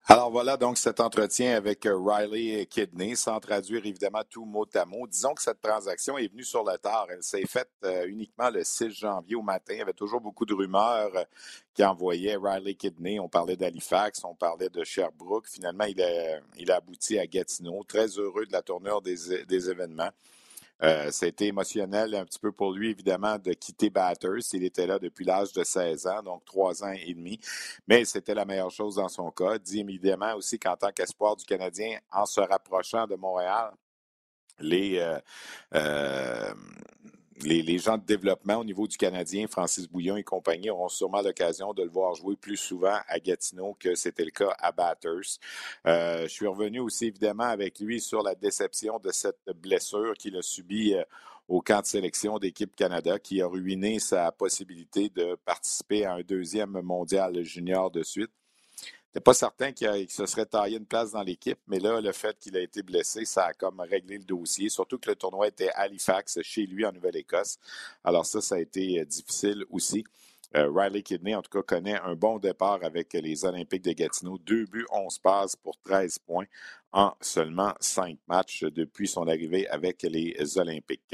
Alors voilà donc cet entretien avec Riley Kidney, sans traduire évidemment tout mot à mot. Disons que cette transaction est venue sur le tard. Elle s'est faite euh, uniquement le six janvier au matin. Il y avait toujours beaucoup de rumeurs euh, qui envoyaient Riley Kidney. On parlait d'Halifax, on parlait de Sherbrooke. Finalement, il a, il a abouti à Gatineau. Très heureux de la tournure des, des événements. Euh, ça a été émotionnel un petit peu pour lui, évidemment, de quitter Bathurst. Il était là depuis l'âge de seize ans, donc trois ans et demi. Mais c'était la meilleure chose dans son cas. Dit évidemment aussi qu'en tant qu'espoir du Canadien, en se rapprochant de Montréal, les... Euh, euh, Les, les gens de développement au niveau du Canadien, Francis Bouillon et compagnie, auront sûrement l'occasion de le voir jouer plus souvent à Gatineau que c'était le cas à Bathurst. Euh, je suis revenu aussi évidemment avec lui sur la déception de cette blessure qu'il a subie euh, au camp de sélection d'Équipe Canada, qui a ruiné sa possibilité de participer à un deuxième mondial junior de suite. Je n'étais pas certain qu'il, a, qu'il se serait taillé une place dans l'équipe, mais là, le fait qu'il a été blessé, ça a comme réglé le dossier, surtout que le tournoi était à Halifax, chez lui, en Nouvelle-Écosse. Alors ça, ça a été difficile aussi. Euh, Riley Kidney, en tout cas, connaît un bon départ avec les Olympiques de Gatineau. Deux buts, onze passes pour treize points en seulement cinq matchs depuis son arrivée avec les Olympiques.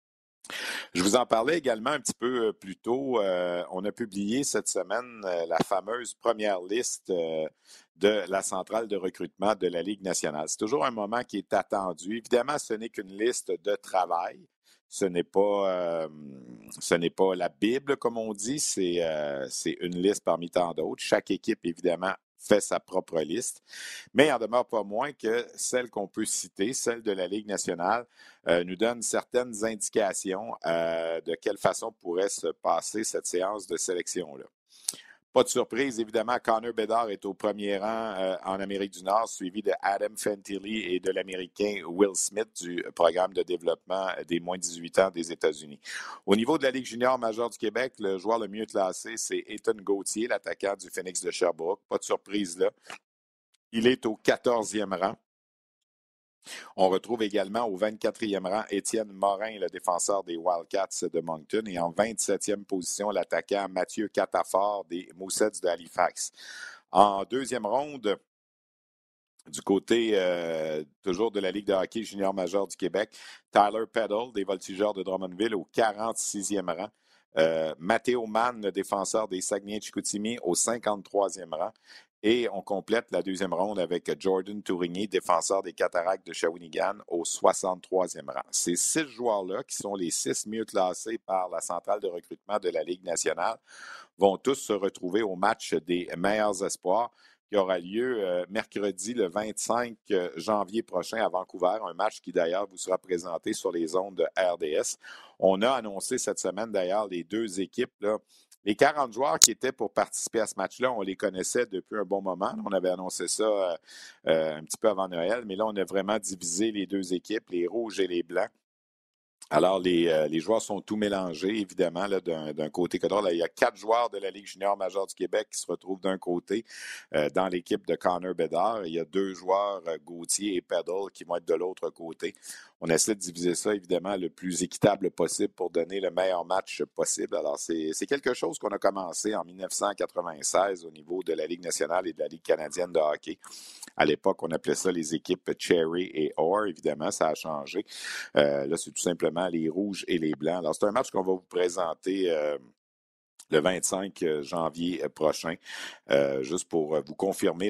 Je vous en parlais également un petit peu plus tôt. Euh, on a publié cette semaine euh, la fameuse première liste euh, de la centrale de recrutement de la Ligue nationale. C'est toujours un moment qui est attendu. Évidemment, ce n'est qu'une liste de travail. Ce n'est pas, euh, ce n'est pas la Bible, comme on dit. C'est, euh, c'est une liste parmi tant d'autres. Chaque équipe, évidemment, fait sa propre liste, mais il n'en demeure pas moins que celle qu'on peut citer, celle de la Ligue nationale, euh, nous donne certaines indications euh, de quelle façon pourrait se passer cette séance de sélection-là. Pas de surprise, évidemment, Connor Bedard est au premier rang euh, en Amérique du Nord, suivi de Adam Fantilli et de l'Américain Will Smith du programme de développement des moins de dix-huit ans des États-Unis. Au niveau de la Ligue junior majeure du Québec, le joueur le mieux classé, c'est Ethan Gauthier, l'attaquant du Phoenix de Sherbrooke. Pas de surprise là. Il est au quatorzième rang. On retrouve également au vingt-quatrième rang Étienne Morin, le défenseur des Wildcats de Moncton, et en vingt-septième position, l'attaquant Mathieu Catafort des Mooseheads de Halifax. En deuxième ronde, du côté euh, toujours de la Ligue de hockey junior majeur du Québec, Tyler Peddle des Voltigeurs de Drummondville au quarante-sixième rang. Euh, Matteo Mann, le défenseur des Saguenay-Chicoutimi, au cinquante-troisième rang. Et on complète la deuxième ronde avec Jordan Tourigny, défenseur des Cataractes de Shawinigan, au soixante-troisième rang. Ces six joueurs-là, qui sont les six mieux classés par la centrale de recrutement de la Ligue nationale, vont tous se retrouver au match des meilleurs espoirs qui aura lieu euh, mercredi le vingt-cinq janvier prochain à Vancouver, un match qui d'ailleurs vous sera présenté sur les ondes de R D S. On a annoncé cette semaine d'ailleurs les deux équipes, là. Les quarante joueurs qui étaient pour participer à ce match-là, on les connaissait depuis un bon moment. On avait annoncé ça euh, euh, un petit peu avant Noël, mais là, on a vraiment divisé les deux équipes, les rouges et les blancs. Alors, les, euh, les joueurs sont tout mélangés, évidemment, là, d'un, d'un côté que d'autre. Là, il y a quatre joueurs de la Ligue junior majeure du Québec qui se retrouvent d'un côté euh, dans l'équipe de Connor Bedard. Il y a deux joueurs, euh, Gauthier et Peddle, qui vont être de l'autre côté. On essaie de diviser ça, évidemment, le plus équitable possible pour donner le meilleur match possible. Alors, c'est, c'est quelque chose qu'on a commencé en dix-neuf cent quatre-vingt-seize au niveau de la Ligue nationale et de la Ligue canadienne de hockey. À l'époque, on appelait ça les équipes Cherry et Orr. Évidemment, ça a changé. Euh, là, c'est tout simplement les rouges et les blancs. Alors, c'est un match qu'on va vous présenter euh, le vingt-cinq janvier prochain, euh, juste pour vous confirmer.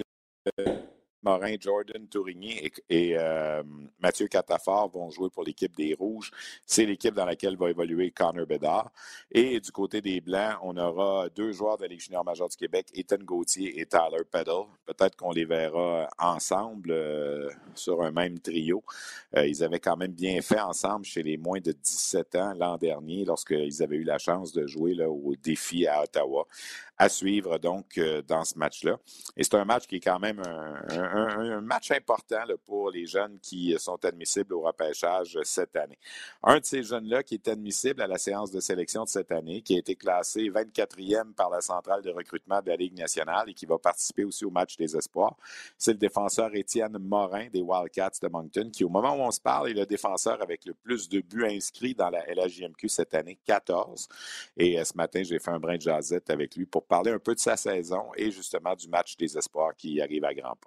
Morin, Jordan Tourigny et, et euh, Mathieu Catafort vont jouer pour l'équipe des Rouges. C'est l'équipe dans laquelle va évoluer Connor Bedard. Et du côté des Blancs, on aura deux joueurs de la Ligue junior majeure du Québec, Ethan Gauthier et Tyler Peddle. Peut-être qu'on les verra ensemble euh, sur un même trio. Euh, ils avaient quand même bien fait ensemble chez les moins de dix-sept ans l'an dernier, lorsqu'ils avaient eu la chance de jouer là, au défi à Ottawa. À suivre donc euh, dans ce match-là. Et c'est un match qui est quand même un, un, un match important là, pour les jeunes qui sont admissibles au repêchage cette année. Un de ces jeunes-là qui est admissible à la séance de sélection de cette année, qui a été classé vingt-quatrième par la centrale de recrutement de la Ligue nationale et qui va participer aussi au match des espoirs, c'est le défenseur Étienne Morin des Wildcats de Moncton, qui au moment où on se parle est le défenseur avec le plus de buts inscrits dans la L H J M Q cette année, quatorze. Et euh, ce matin, j'ai fait un brin de jasette avec lui pour pour parler un peu de sa saison et justement du match des espoirs qui arrive à grands pas.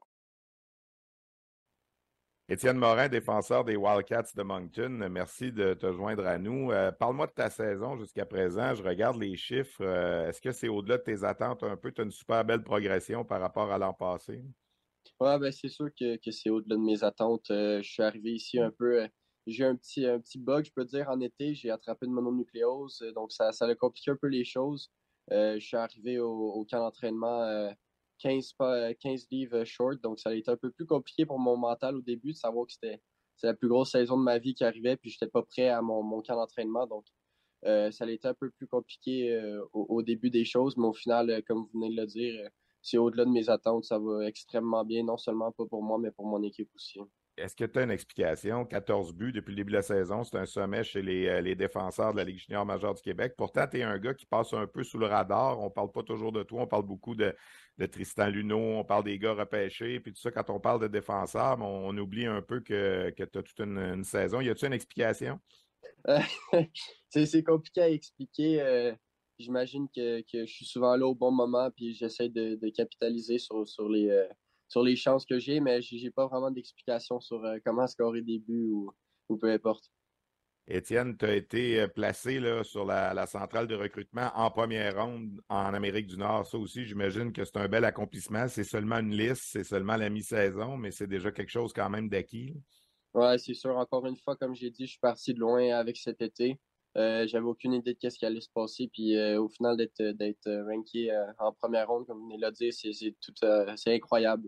Étienne Morin, défenseur des Wildcats de Moncton, merci de te joindre à nous. Euh, parle-moi de ta saison jusqu'à présent. Je regarde les chiffres. Euh, est-ce que c'est au-delà de tes attentes un peu? Tu as une super belle progression par rapport à l'an passé. Ouais, ben c'est sûr que, que c'est au-delà de mes attentes. Euh, je suis arrivé ici un peu. Euh, j'ai eu un petit, un petit bug, je peux dire, en été. J'ai attrapé une mononucléose, euh, donc ça, ça a compliqué un peu les choses. Euh, je suis arrivé au, au camp d'entraînement euh, quinze, pas- quinze livres short, donc ça a été un peu plus compliqué pour mon mental au début de savoir que c'était c'est la plus grosse saison de ma vie qui arrivait, puis j'étais pas prêt à mon, mon camp d'entraînement, donc euh, ça a été un peu plus compliqué euh, au, au début des choses, mais au final, euh, comme vous venez de le dire, euh, c'est au-delà de mes attentes, ça va extrêmement bien, non seulement pas pour moi, mais pour mon équipe aussi. Est-ce que tu as une explication? quatorze buts depuis le début de la saison, c'est un sommet chez les, euh, les défenseurs de la Ligue junior majeure du Québec. Pourtant, tu es un gars qui passe un peu sous le radar. On parle pas toujours de toi, on parle beaucoup de, de Tristan Luneau, on parle des gars repêchés, puis tout ça, quand on parle de défenseurs, on, on oublie un peu que, que tu as toute une, une saison. Y a-t-il une explication? Euh, c'est, c'est compliqué à expliquer. Euh, j'imagine que, que je suis souvent là au bon moment, puis j'essaie de, de capitaliser sur, sur les, euh, sur les chances que j'ai, mais j'ai, j'ai pas vraiment d'explication sur euh, comment scorer des buts ou, ou peu importe. Étienne, tu as été euh, placé là, sur la, la centrale de recrutement en première ronde en Amérique du Nord. Ça aussi, j'imagine que c'est un bel accomplissement. C'est seulement une liste, c'est seulement la mi-saison, mais c'est déjà quelque chose quand même d'acquis. Ouais, c'est sûr. Encore une fois, comme j'ai dit, je suis parti de loin avec cet été. Euh, j'avais aucune idée de ce qui allait se passer. Puis euh, au final, d'être, d'être ranké euh, en première ronde, comme vous venez de le dire, c'est, c'est, tout, euh, c'est incroyable.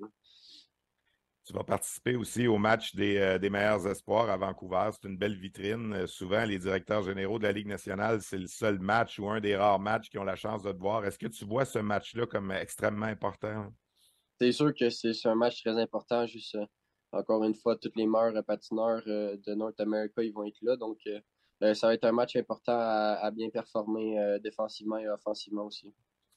Tu vas participer aussi au match des, euh, des meilleurs espoirs à Vancouver. C'est une belle vitrine. Euh, souvent, les directeurs généraux de la Ligue nationale, c'est le seul match ou un des rares matchs qui ont la chance de te voir. Est-ce que tu vois ce match-là comme extrêmement important? C'est sûr que c'est, c'est un match très important. Juste, euh, encore une fois, tous les meilleurs patineurs euh, de North America, ils vont être là. Donc, euh, euh, ça va être un match important à, à bien performer euh, défensivement et offensivement aussi.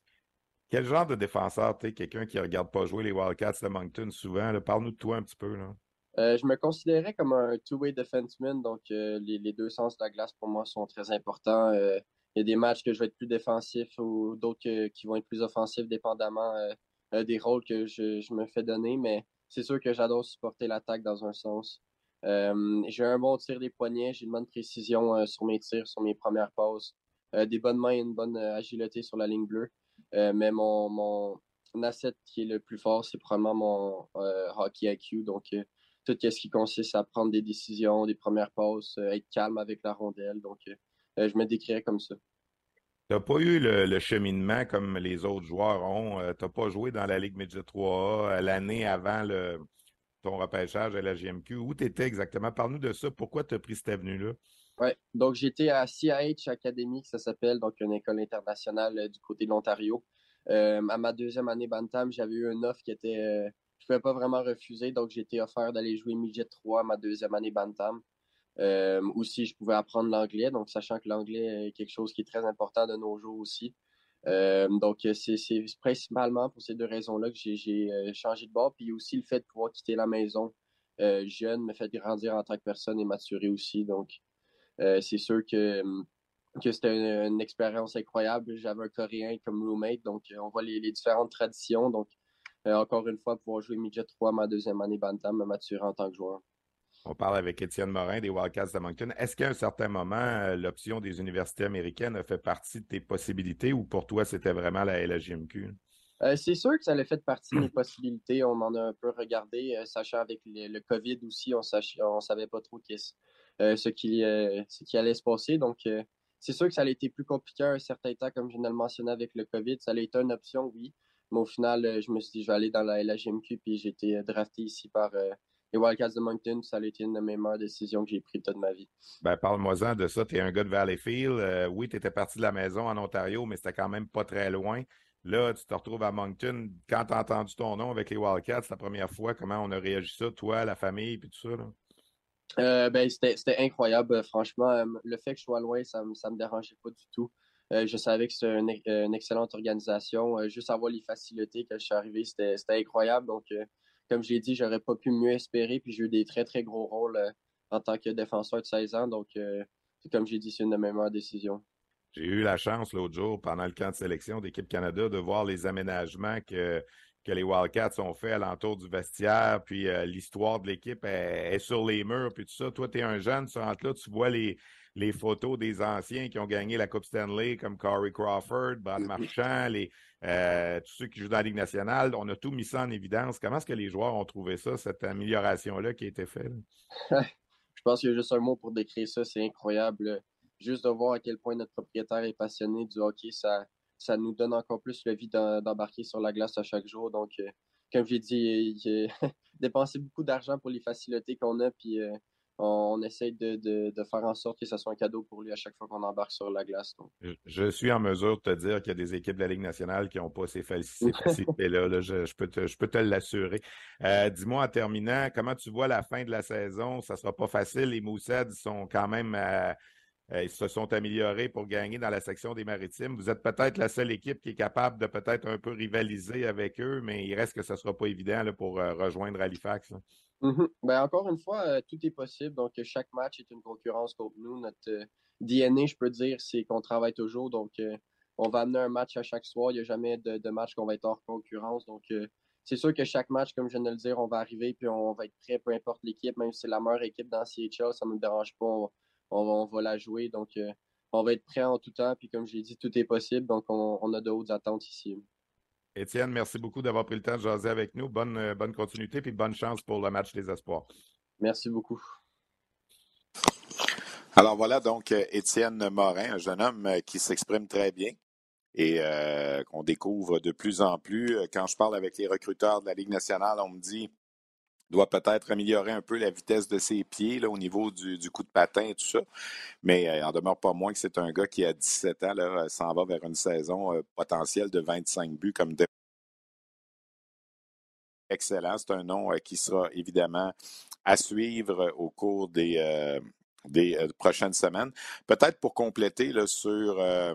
Quel genre de défenseur t'es? Quelqu'un qui ne regarde pas jouer les Wildcats de Moncton souvent. Là. Parle-nous de toi un petit peu. Là. Euh, je me considérais comme un two-way defenseman, donc euh, les, les deux sens de la glace pour moi sont très importants. Euh, il y a des matchs que je vais être plus défensif ou d'autres que- qui vont être plus offensifs, dépendamment euh, euh, des rôles que je, je me fais donner, mais c'est sûr que j'adore supporter l'attaque dans un sens. Euh, j'ai un bon tir des poignets, j'ai une bonne précision euh, sur mes tirs, sur mes premières passes, euh, des bonnes mains et une bonne euh, agilité sur la ligne bleue. Euh, mais mon, mon asset qui est le plus fort, c'est probablement mon euh, hockey I Q, donc euh, tout ce qui consiste à prendre des décisions, des premières passes, euh, être calme avec la rondelle. Donc, euh, je me décrirais comme ça. Tu n'as pas eu le, le cheminement comme les autres joueurs ont. Euh, tu n'as pas joué dans la Ligue Midget trois A euh, l'année avant le, ton repêchage à la J M Q. Où tu étais exactement? Parle-nous de ça. Pourquoi tu as pris cette avenue-là? Ouais, donc j'étais à C I H Academy, ça s'appelle, donc une école internationale euh, du côté de l'Ontario. Euh, à ma deuxième année Bantam, j'avais eu une offre qui était, euh, je pouvais pas vraiment refuser, donc j'ai été offert d'aller jouer Midget trois à ma deuxième année Bantam. Euh, aussi, je pouvais apprendre l'anglais, donc sachant que l'anglais est quelque chose qui est très important de nos jours aussi. Euh, donc, c'est, c'est principalement pour ces deux raisons-là que j'ai, j'ai euh, changé de bord. Puis aussi le fait de pouvoir quitter la maison euh, jeune me fait grandir en tant que personne et maturer aussi. Donc, euh, c'est sûr que, que c'était une, une expérience incroyable. J'avais un Coréen comme roommate, donc on voit les, les différentes traditions. Donc, euh, encore une fois, pouvoir jouer Midget trois ma deuxième année Bantam me maturer en tant que joueur. On parle avec Étienne Morin des Wildcats de Moncton. Est-ce qu'à un certain moment, euh, l'option des universités américaines a fait partie de tes possibilités ou pour toi, c'était vraiment la L J M Q? Euh, c'est sûr que ça a fait partie de mes possibilités. On en a un peu regardé, euh, sachant avec le, le COVID aussi, on ne savait pas trop euh, ce, qui, euh, ce qui allait se passer. Donc, euh, c'est sûr que ça a été plus compliqué à un certain temps, comme je viens de le mentionner avec le COVID. Ça a été une option, oui. Mais au final, euh, je me suis dit, je vais aller dans la L J M Q, puis j'ai été euh, drafté ici par euh, les Wildcats de Moncton. Ça a été une de mes meilleures décisions que j'ai prises toute ma vie. Ben, parle-moi-en de ça. Tu es un gars de Valleyfield. Euh, oui, tu étais parti de la maison en Ontario, mais c'était quand même pas très loin. Là, tu te retrouves à Moncton. Quand tu as entendu ton nom avec les Wildcats la première fois, comment on a réagi ça, toi, la famille, puis tout ça? Là? Euh, ben, c'était, c'était incroyable, franchement. Le fait que je sois loin, ça ne me, ça me dérangeait pas du tout. Euh, je savais que c'était une, une excellente organisation. Euh, juste avoir les facilités quand je suis arrivé, c'était, c'était incroyable. Donc, euh, comme je l'ai dit, j'aurais pas pu mieux espérer. Puis j'ai eu des très, très gros rôles euh, en tant que défenseur de seize ans. Donc, euh, comme j'ai dit, c'est une de mes meilleures décisions. J'ai eu la chance l'autre jour, pendant le camp de sélection d'Équipe Canada, de voir les aménagements que, que les Wildcats ont fait alentour du vestiaire, puis euh, l'histoire de l'équipe est, est sur les murs, puis tout ça. Toi, tu es un jeune, tu rentres là, tu vois les, les photos des anciens qui ont gagné la Coupe Stanley, comme Corey Crawford, Brad Marchand, les, euh, tous ceux qui jouent dans la Ligue nationale. On a tout mis ça en évidence. Comment est-ce que les joueurs ont trouvé ça, cette amélioration-là qui a été faite? Je pense qu'il y a juste un mot pour décrire ça, c'est incroyable. Juste de voir à quel point notre propriétaire est passionné du hockey, ça, ça nous donne encore plus le vie d'embarquer sur la glace à chaque jour. Donc, euh, comme j'ai dit, j'ai dépensé beaucoup d'argent pour les facilités qu'on a, puis euh, on, on essaie de, de, de faire en sorte que ça soit un cadeau pour lui à chaque fois qu'on embarque sur la glace. Donc. Je, je suis en mesure de te dire qu'il y a des équipes de la Ligue nationale qui n'ont pas ces, ces facilités-là. Là, je, je, peux te, je peux te l'assurer. Euh, dis-moi en terminant, comment tu vois la fin de la saison? Ça ne sera pas facile. Les Mooseheads sont quand même... Euh, Ils se sont améliorés pour gagner dans la section des Maritimes. Vous êtes peut-être la seule équipe qui est capable de peut-être un peu rivaliser avec eux, mais il reste que ce ne sera pas évident là, pour euh, rejoindre Halifax. Mm-hmm. Ben, encore une fois, euh, tout est possible. Donc, chaque match est une concurrence contre nous. Notre euh, D N A, je peux dire, c'est qu'on travaille toujours. Donc, euh, on va amener un match à chaque soir. Il n'y a jamais de, de match qu'on va être hors concurrence. Donc, euh, c'est sûr que chaque match, comme je viens de le dire, on va arriver puis on va être prêt, peu importe l'équipe. Même si c'est la meilleure équipe dans C H L, ça ne me dérange pas. On, On va, on va la jouer, donc euh, on va être prêt en tout temps, puis comme j'ai dit, tout est possible, donc on, on a de hautes attentes ici. Étienne, merci beaucoup d'avoir pris le temps de jaser avec nous. Bonne, euh, bonne continuité, puis bonne chance pour le match des espoirs. Merci beaucoup. Alors voilà donc Étienne Morin, un jeune homme qui s'exprime très bien et euh, qu'on découvre de plus en plus. Quand je parle avec les recruteurs de la Ligue nationale, on me dit doit peut-être améliorer un peu la vitesse de ses pieds là, au niveau du, du coup de patin et tout ça. Mais euh, il n'en demeure pas moins que c'est un gars qui, à dix-sept ans, là, s'en va vers une saison euh, potentielle de vingt-cinq buts comme de... Excellent. C'est un nom euh, qui sera évidemment à suivre au cours des, euh, des euh, prochaines semaines. Peut-être pour compléter là, sur... Euh,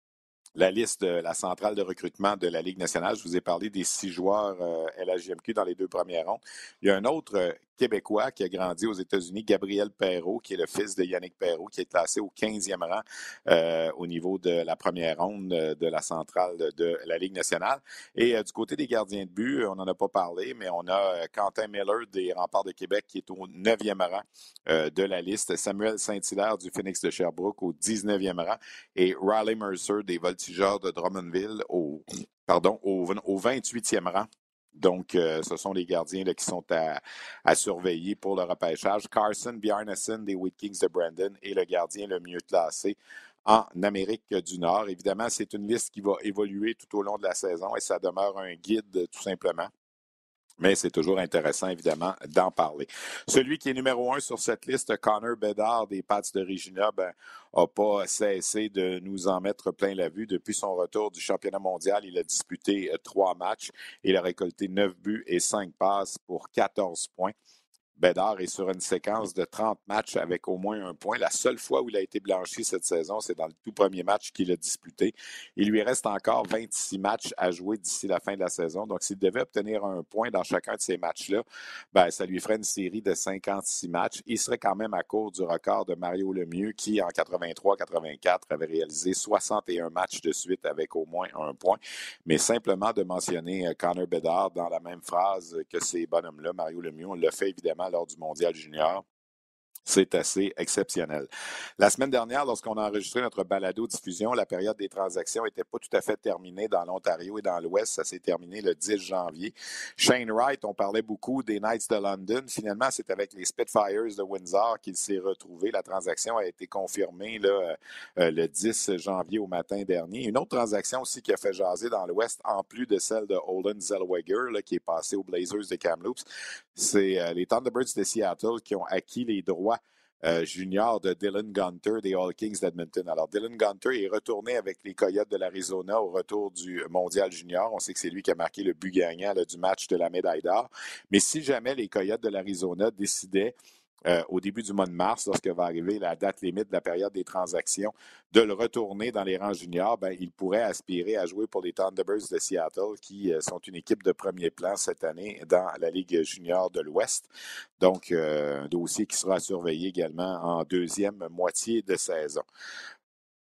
la liste de la centrale de recrutement de la Ligue nationale. Je vous ai parlé des six joueurs euh, L H J M Q dans les deux premières rondes. Il y a un autre euh, Québécois qui a grandi aux États-Unis, Gabriel Perreault, qui est le fils de Yannick Perreault, qui est classé au quinzième rang euh, au niveau de la première ronde de la centrale de la Ligue nationale. Et euh, du côté des gardiens de but, on n'en a pas parlé, mais on a euh, Quentin Miller des Remparts de Québec qui est au neuvième rang euh, de la liste, Samuel Saint-Hilaire du Phoenix de Sherbrooke au dix-neuvième rang et Riley Mercer des Voltigeurs de Drummondville au, pardon, au, au vingt-huitième rang. Donc, euh, ce sont les gardiens là, qui sont à, à surveiller pour le repêchage. Carson Bjarnason des Wheat Kings de Brandon est le gardien le mieux classé en Amérique du Nord. Évidemment, c'est une liste qui va évoluer tout au long de la saison et ça demeure un guide tout simplement. Mais c'est toujours intéressant, évidemment, d'en parler. Celui qui est numéro un sur cette liste, Connor Bedard des Pats de Regina, ben, n'a pas cessé de nous en mettre plein la vue. Depuis son retour du championnat mondial, il a disputé trois matchs. Il a récolté neuf buts et cinq passes pour quatorze points. Bedard est sur une séquence de trente matchs avec au moins un point. La seule fois où il a été blanchi cette saison, c'est dans le tout premier match qu'il a disputé. Il lui reste encore vingt-six matchs à jouer d'ici la fin de la saison. Donc, s'il devait obtenir un point dans chacun de ces matchs-là, ben, ça lui ferait une série de cinquante-six matchs. Il serait quand même à court du record de Mario Lemieux qui, en quatre-vingt-trois quatre-vingt-quatre, avait réalisé soixante et un matchs de suite avec au moins un point. Mais simplement de mentionner Connor Bedard dans la même phrase que ces bonhommes-là, Mario Lemieux, on l'a fait évidemment lors du Mondial junior. C'est assez exceptionnel. La semaine dernière, lorsqu'on a enregistré notre balado-diffusion, la période des transactions n'était pas tout à fait terminée dans l'Ontario et dans l'Ouest. Ça s'est terminé le dix janvier. Shane Wright, on parlait beaucoup des Knights de London. Finalement, c'est avec les Spitfires de Windsor qu'il s'est retrouvé. La transaction a été confirmée là, euh, le dix janvier au matin dernier. Une autre transaction aussi qui a fait jaser dans l'Ouest, en plus de celle de Holden Zellweger, là, qui est passé aux Blazers de Kamloops, c'est euh, les Thunderbirds de Seattle qui ont acquis les droits Euh, junior de Dylan Gunter des All Kings d'Edmonton. Alors, Dylan Gunter est retourné avec les Coyotes de l'Arizona au retour du Mondial junior. On sait que c'est lui qui a marqué le but gagnant là, du match de la médaille d'or. Mais si jamais les Coyotes de l'Arizona décidaient Euh, au début du mois de mars, lorsque va arriver la date limite de la période des transactions, de le retourner dans les rangs juniors, ben, il pourrait aspirer à jouer pour les Thunderbirds de Seattle, qui euh, sont une équipe de premier plan cette année dans la Ligue junior de l'Ouest. Donc, euh, un dossier qui sera surveillé également en deuxième moitié de saison.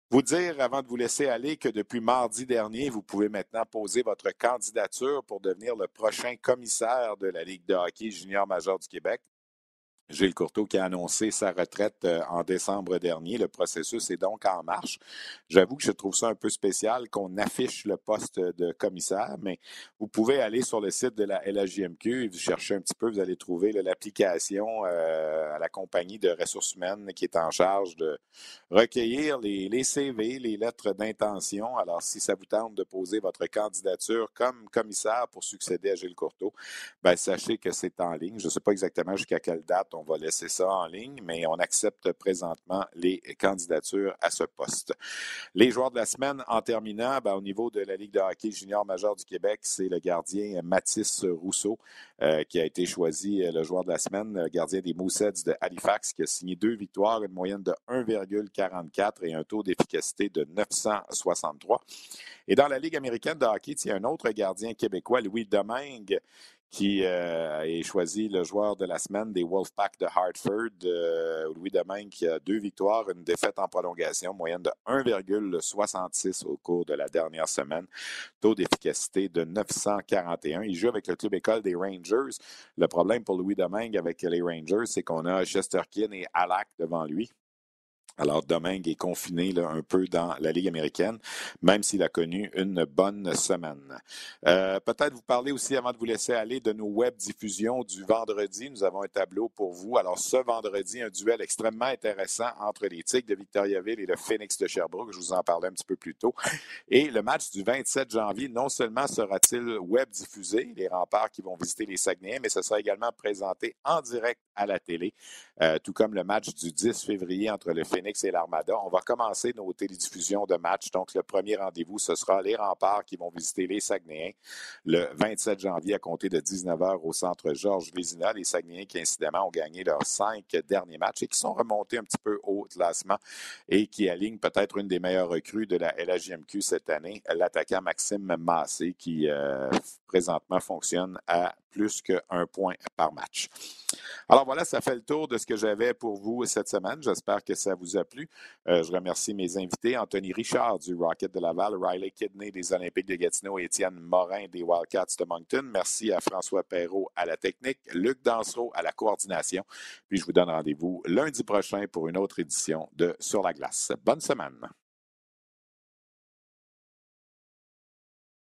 Vous dire, avant de vous laisser aller, que depuis mardi dernier, vous pouvez maintenant poser votre candidature pour devenir le prochain commissaire de la Ligue de hockey junior majeur du Québec. Gilles Courteau qui a annoncé sa retraite euh, en décembre dernier. Le processus est donc en marche. J'avoue que je trouve ça un peu spécial qu'on affiche le poste de commissaire, mais vous pouvez aller sur le site de la L H J M Q et vous cherchez un petit peu, vous allez trouver là, l'application euh, à la compagnie de ressources humaines qui est en charge de recueillir les, les C V, les lettres d'intention. Alors, si ça vous tente de poser votre candidature comme commissaire pour succéder à Gilles Courteau, ben, sachez que c'est en ligne. Je ne sais pas exactement jusqu'à quelle date on va laisser ça en ligne, mais on accepte présentement les candidatures à ce poste. Les joueurs de la semaine, en terminant, ben, au niveau de la Ligue de hockey junior majeur du Québec, c'est le gardien Mathis Rousseau euh, qui a été choisi le joueur de la semaine, le gardien des Mooseheads de Halifax, qui a signé deux victoires, une moyenne de un virgule quarante-quatre et un taux d'efficacité de neuf cent soixante-trois. Et dans la Ligue américaine de hockey, il y a un autre gardien québécois, Louis Domingue, qui euh, est choisi le joueur de la semaine des Wolfpack de Hartford. Euh, Louis Domingue qui a deux victoires, une défaite en prolongation, moyenne de un virgule soixante-six au cours de la dernière semaine, taux d'efficacité de neuf cent quarante et un. Il joue avec le club école des Rangers. Le problème pour Louis Domingue avec les Rangers, c'est qu'on a Shesterkin et Halak devant lui. Alors, Domingue est confiné là, un peu dans la Ligue américaine, même s'il a connu une bonne semaine. Euh, peut-être vous parler aussi, avant de vous laisser aller, de nos web diffusions du vendredi. Nous avons un tableau pour vous. Alors, ce vendredi, un duel extrêmement intéressant entre les Tigres de Victoriaville et le Phoenix de Sherbrooke. Je vous en parlais un petit peu plus tôt. Et le match du vingt-sept janvier, non seulement sera-t-il web diffusé, les remparts qui vont visiter les Saguenayens, mais ce sera également présenté en direct à la télé, euh, tout comme le match du dix février entre le Phoenix et l'Armada. On va commencer nos télédiffusions de matchs. Donc, le premier rendez-vous, ce sera les remparts qui vont visiter les Saguenayens le vingt-sept janvier à compter de dix-neuf heures au centre Georges Vézina. Les Saguenayens qui, incidemment, ont gagné leurs cinq derniers matchs et qui sont remontés un petit peu au classement et qui alignent peut-être une des meilleures recrues de la L H J M Q cette année, l'attaquant Maxime Massé, qui euh, présentement fonctionne à plus qu'un point par match. Alors voilà, ça fait le tour de ce que j'avais pour vous cette semaine. J'espère que ça vous a plu. Euh, je remercie mes invités, Anthony Richard du Rocket de Laval, Riley Kidney des Olympiques de Gatineau et Étienne Morin des Wildcats de Moncton. Merci à François Perrault à la technique, Luc Dansereau à la coordination. Puis je vous donne rendez-vous lundi prochain pour une autre édition de Sur la glace. Bonne semaine.